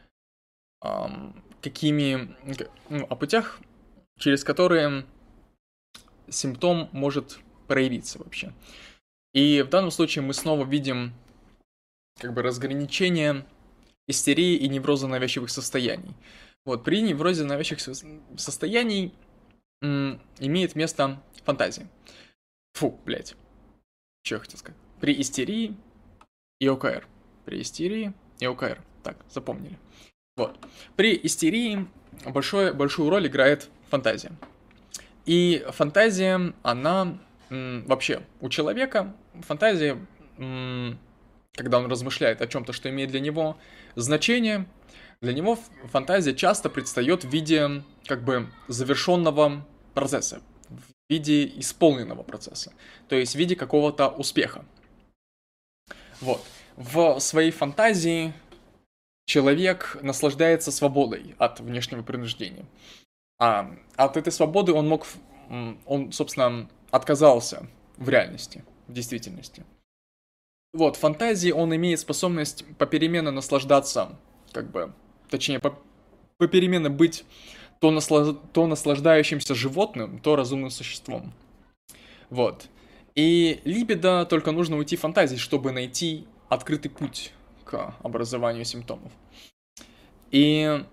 какими, ну, о путях, через которые симптом может проявиться вообще. И в данном случае мы снова видим как бы разграничение истерии и невроза навязчивых состояний. Вот, при неврозе навязчивых состояний м, имеет место фантазия. Фу, блядь. Что я хотел сказать? При истерии и ОКР. При истерии и ОКР. Так, запомнили. Вот. При истерии большое, большую роль играет фантазия. И фантазия, она м, вообще у человека, фантазия, м, когда он размышляет о чем-то, что имеет для него значение, для него фантазия часто предстает в виде как бы завершенного процесса, в виде исполненного процесса, то есть в виде какого-то успеха. Вот. В своей фантазии человек наслаждается свободой от внешнего принуждения. А от этой свободы он мог, он, собственно, отказался в реальности, в действительности. Вот, в фантазии он имеет способность попеременно наслаждаться, как бы, точнее, попеременно быть то, наслаж... то наслаждающимся животным, то разумным существом. Вот. И либидо только нужно уйти в фантазии, чтобы найти открытый путь к образованию симптомов. И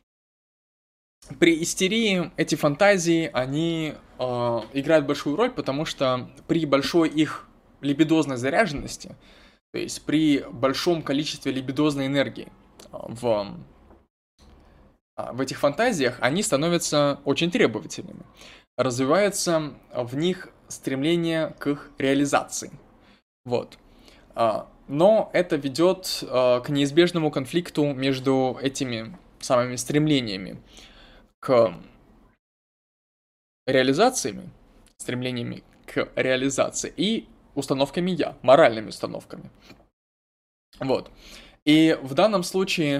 при истерии эти фантазии, они э, играют большую роль, потому что при большой их либидозной заряженности, то есть при большом количестве либидозной энергии в, в этих фантазиях, они становятся очень требовательными. Развивается в них стремление к их реализации. Вот. Но это ведет к неизбежному конфликту между этими самыми стремлениями к реализациями, стремлениями к реализации и установками «я», моральными установками. Вот. И в данном случае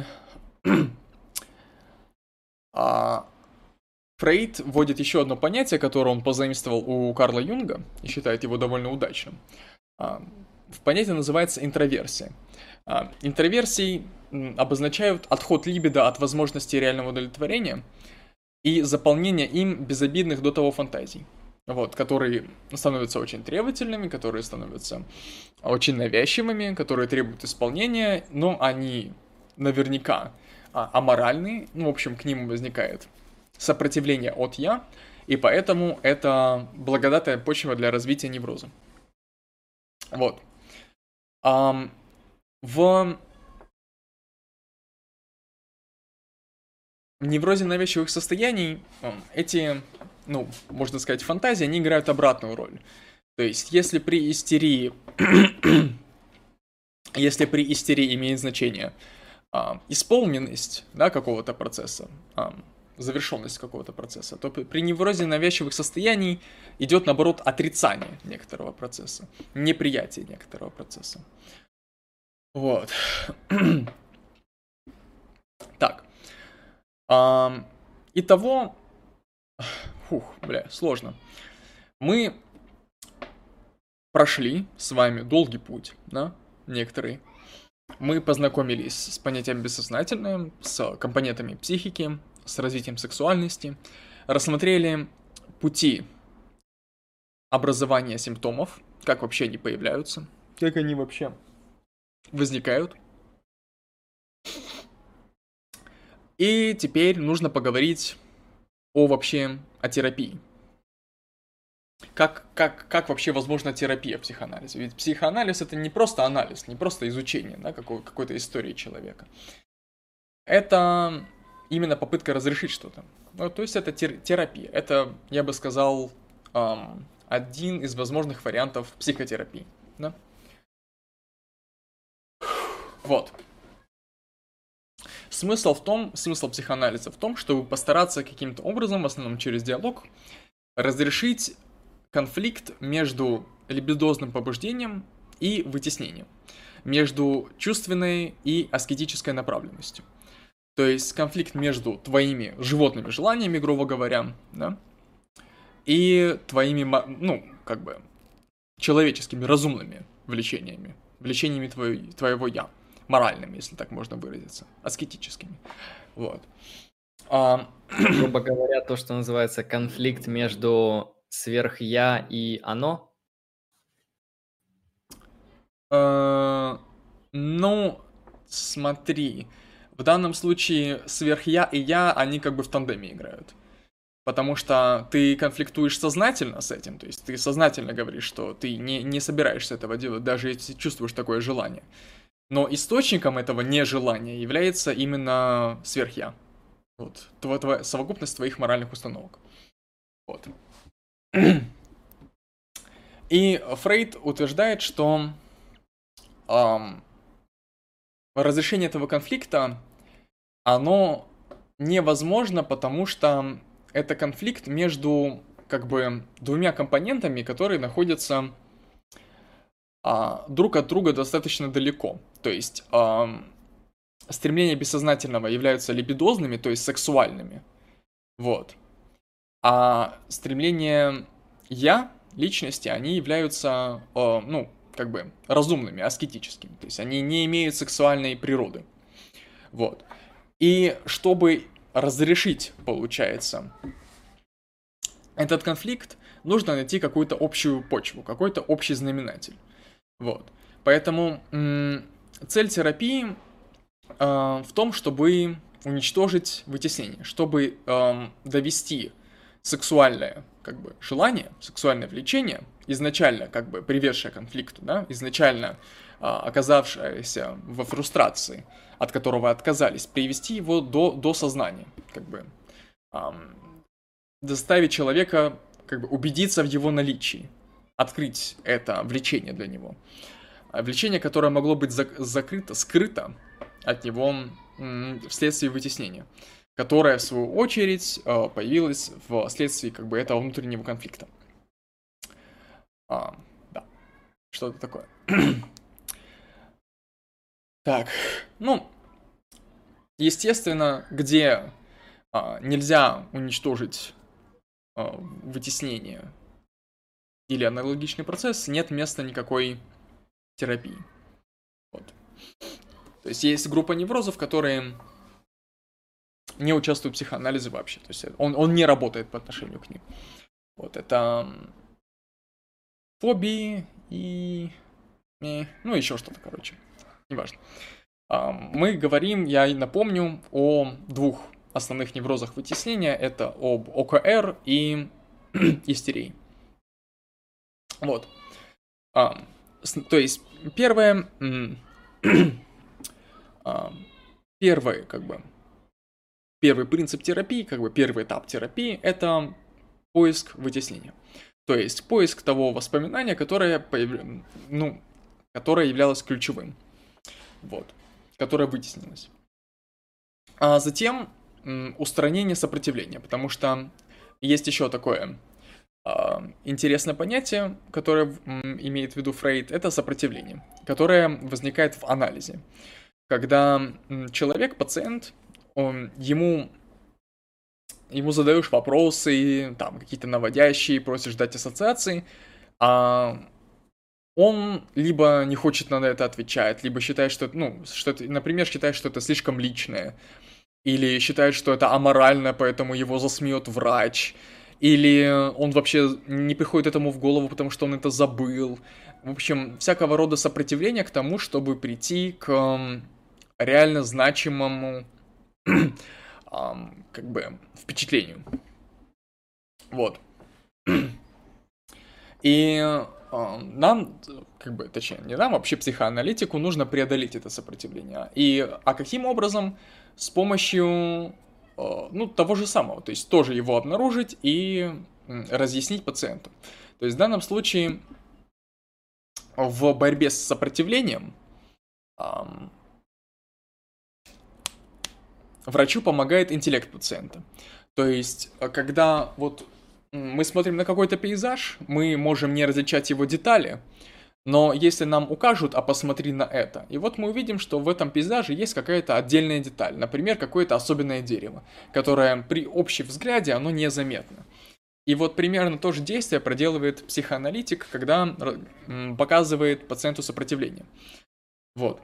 Фрейд вводит еще одно понятие, которое он позаимствовал у Карла Юнга и считает его довольно удачным. В понятие называется интроверсия. Интроверсии обозначают отход либидо от возможности реального удовлетворения и заполнение им безобидных до того фантазий, вот, которые становятся очень требовательными, которые становятся очень навязчивыми, которые требуют исполнения, но они наверняка аморальные, ну, в общем, к ним возникает сопротивление от «я», и поэтому это благодатная почва для развития невроза. Вот. Um, в неврозе навязчивых состояний эти, ну, можно сказать, фантазии, они играют обратную роль. То есть, если при истерии, если при истерии имеет значение а, исполненность, да, какого-то процесса, а, завершенность какого-то процесса, то при неврозе навязчивых состояний идет, наоборот, отрицание некоторого процесса, неприятие некоторого процесса. Вот. Так. А, итого... Фух, бля, сложно. Мы прошли с вами долгий путь, да, некоторые. Мы познакомились с понятием бессознательное, с компонентами психики, с развитием сексуальности, рассмотрели пути образования симптомов, как вообще они появляются, как они вообще возникают. И теперь нужно поговорить о вообще о терапии. Как, как, как вообще возможна терапия в психоанализе? Ведь психоанализ это не просто анализ, не просто изучение, да, какой, какой-то истории человека. Это именно попытка разрешить что-то. Ну, то есть это терапия. Это, я бы сказал, эм, один из возможных вариантов психотерапии. Да? Вот. Смысл в том, смысл психоанализа в том, чтобы постараться каким-то образом, в основном через диалог, разрешить конфликт между либидозным побуждением и вытеснением, между чувственной и аскетической направленностью. То есть конфликт между твоими животными желаниями, грубо говоря, да, и твоими, ну, как бы, человеческими, разумными влечениями, влечениями твоего, твоего «я», моральными, если так можно выразиться, аскетическими. Вот. А... Грубо говоря, то, что называется конфликт между сверх-я и оно? Uh, ну, смотри, в данном случае сверх-я и я, они как бы в тандеме играют. Потому что ты конфликтуешь сознательно с этим, то есть ты сознательно говоришь, что ты не, не собираешься этого делать, даже если чувствуешь такое желание. Но источником этого нежелания является именно сверх-я. Вот, твоя, твоя совокупность твоих моральных установок. Вот. И Фрейд утверждает, что эм, разрешение этого конфликта, оно невозможно, потому что это конфликт между, как бы, двумя компонентами, которые находятся а, друг от друга достаточно далеко. То есть а, стремления бессознательного являются либидозными, то есть сексуальными. Вот. А стремления «я», личности, они являются, а, ну, как бы, разумными, аскетическими. То есть они не имеют сексуальной природы. Вот. И чтобы разрешить, получается, этот конфликт, нужно найти какую-то общую почву, какой-то общий знаменатель. Вот. Поэтому м- цель терапии э, в том, чтобы уничтожить вытеснение, чтобы э, довести сексуальное, как бы, желание, сексуальное влечение, изначально как бы приведшее к конфликту, да, изначально э, оказавшееся во фрустрации, от которого отказались, привести его до, до сознания, как бы, эм, заставить человека, как бы, убедиться в его наличии, открыть это влечение для него. Влечение, которое могло быть зак- закрыто, скрыто от него м- вследствие вытеснения, которое, в свою очередь, э, появилось вследствие, как бы, этого внутреннего конфликта. А, да, что-то такое. Так, ну, естественно, где а, нельзя уничтожить а, вытеснение или аналогичный процесс, нет места никакой терапии. Вот. То есть есть группа неврозов, которые не участвуют в психоанализе вообще. То есть он, он не работает по отношению к ним. Вот это фобии и... и ну, еще что-то, короче. Неважно. Мы говорим, я напомню, о двух основных неврозах вытеснения. Это об о ка эр и истерии. Вот. А, с, то есть, первое... а, первый, как бы... Первый принцип терапии, как бы первый этап терапии, это поиск вытеснения. То есть поиск того воспоминания, которое, появ... ну, которое являлось ключевым. Вот. Которое вытеснилось. А затем м, устранение сопротивления, потому что есть еще такое а, интересное понятие, которое м, имеет в виду Фрейд, это сопротивление, которое возникает в анализе. Когда м, человек, пациент, он, ему, ему задаешь вопросы, там, какие-то наводящие, просишь дать ассоциации, а он либо не хочет на это отвечать, либо считает, что, ну, что это, например, считает, что это слишком личное, или считает, что это аморально, поэтому его засмеет врач, или он вообще не приходит этому в голову, потому что он это забыл. В общем, всякого рода сопротивление к тому, чтобы прийти к реально значимому как бы впечатлению. Вот. И нам, как бы, точнее, не нам, вообще психоаналитику нужно преодолеть это сопротивление. И, а каким образом? С помощью, ну, того же самого, то есть тоже его обнаружить и разъяснить пациенту. То есть в данном случае в борьбе с сопротивлением врачу помогает интеллект пациента. То есть, когда вот мы смотрим на какой-то пейзаж, мы можем не различать его детали, но если нам укажут, а посмотри на это, и вот мы увидим, что в этом пейзаже есть какая-то отдельная деталь, например, какое-то особенное дерево, которое при общем взгляде оно незаметно. И вот примерно то же действие проделывает психоаналитик, когда показывает пациенту сопротивление. Вот.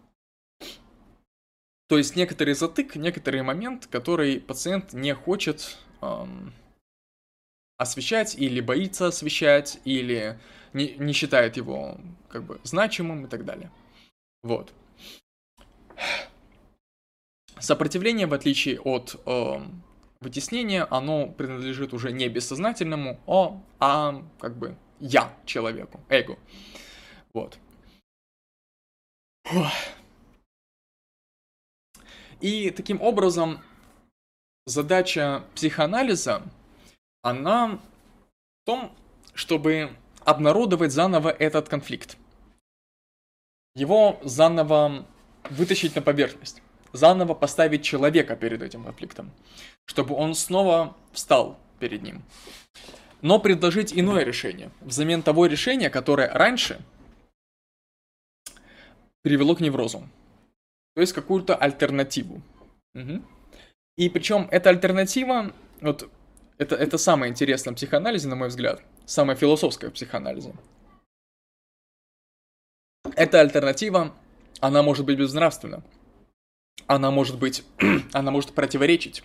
То есть некоторый затык, некоторый момент, который пациент не хочет эм, освещать или боится освещать, или не, не считает его как бы значимым и так далее. Вот. Сопротивление, в отличие от э, вытеснения, оно принадлежит уже не бессознательному, а, а как бы я человеку, эго. Вот. И таким образом задача психоанализа, она в том, чтобы обнародовать заново этот конфликт. Его заново вытащить на поверхность. Заново поставить человека перед этим конфликтом. Чтобы он снова встал перед ним. Но предложить иное решение. Взамен того решения, которое раньше привело к неврозу. То есть какую-то альтернативу. Угу. И причем эта альтернатива, вот это, это самое интересное в психоанализе, на мой взгляд. Самое философское в психоанализе. Эта альтернатива, она может быть безнравственна. Она может быть, она может противоречить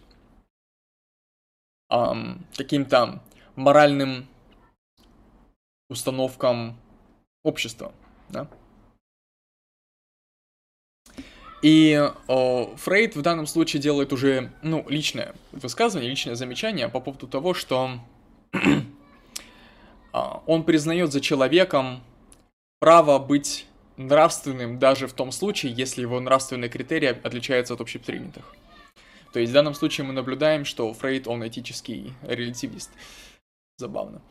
эм, каким-то моральным установкам общества, да? И э, Фрейд в данном случае делает уже, ну, личное высказывание, личное замечание по поводу того, что э, он признает за человеком право быть нравственным даже в том случае, если его нравственные критерии отличаются от общепринятых. То есть в данном случае мы наблюдаем, что Фрейд, он этический релятивист. Забавно.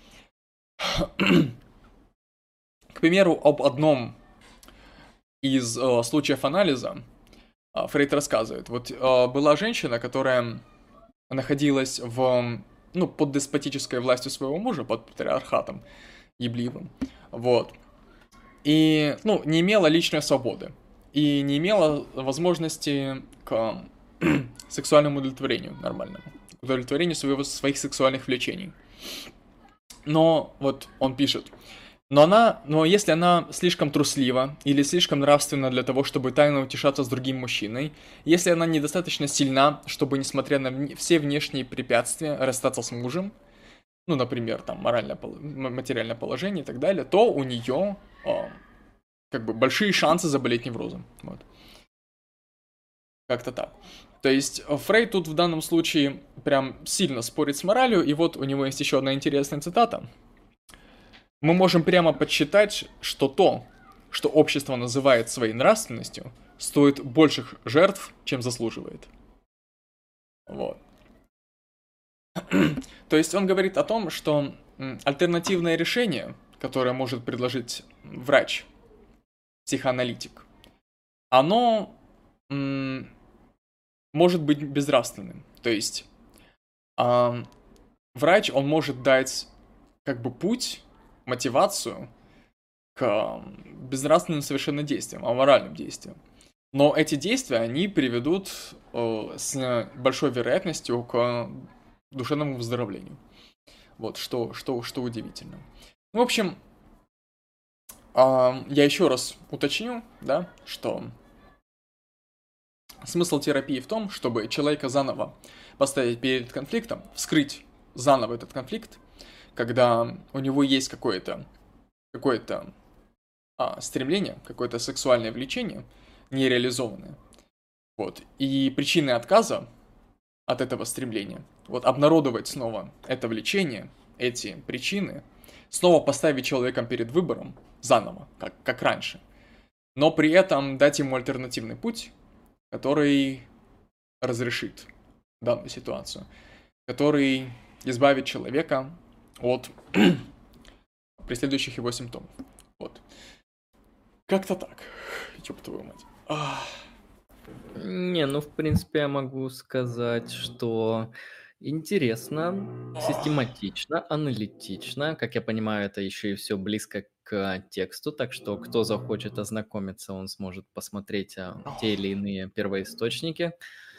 К примеру, об одном из э, случаев анализа э, Фрейд рассказывает. Вот э, была женщина, которая находилась в, ну, под деспотической властью своего мужа, под патриархатом ебливым. Вот. И, ну, не имела личной свободы. И не имела возможности к сексуальному удовлетворению нормальному. Удовлетворению своего, своих сексуальных влечений. Но, вот он пишет, но она, но если она слишком труслива или слишком нравственна для того, чтобы тайно утешаться с другим мужчиной, если она недостаточно сильна, чтобы, несмотря на вне, все внешние препятствия, расстаться с мужем, ну, например, там, моральное, материальное положение и так далее, то у нее о, как бы большие шансы заболеть неврозом. Вот. Как-то так. То есть Фрейд тут в данном случае прям сильно спорит с моралью, и вот у него есть еще одна интересная цитата. Мы можем прямо подсчитать, что то, что общество называет своей нравственностью, стоит больших жертв, чем заслуживает. Вот. То есть он говорит о том, что м, альтернативное решение, которое может предложить врач, психоаналитик, оно м, может быть безнравственным. То есть ам, врач, он может дать как бы путь, мотивацию к ам, безнравственным совершенно действиям, аморальным действиям. Но эти действия, они приведут э, с большой вероятностью к душевному выздоровлению. Вот, что, что, что удивительно. В общем, а, я еще раз уточню, да, что смысл терапии в том, чтобы человека заново поставить перед конфликтом, вскрыть заново этот конфликт, когда у него есть какое-то какое-то а, стремление, какое-то сексуальное влечение нереализованное. Вот. И причины отказа от этого стремления, вот обнародовать снова это влечение, эти причины, снова поставить человека перед выбором заново, как, как раньше, но при этом дать ему альтернативный путь, который разрешит данную ситуацию, который избавит человека от преследующих его симптомов. Вот. Как-то так. Ёб твою мать. Ах. Не, ну, в принципе, я могу сказать, что интересно, систематично, аналитично. Как я понимаю, это еще и все близко к тексту, так что кто захочет ознакомиться, он сможет посмотреть а, те или иные первоисточники.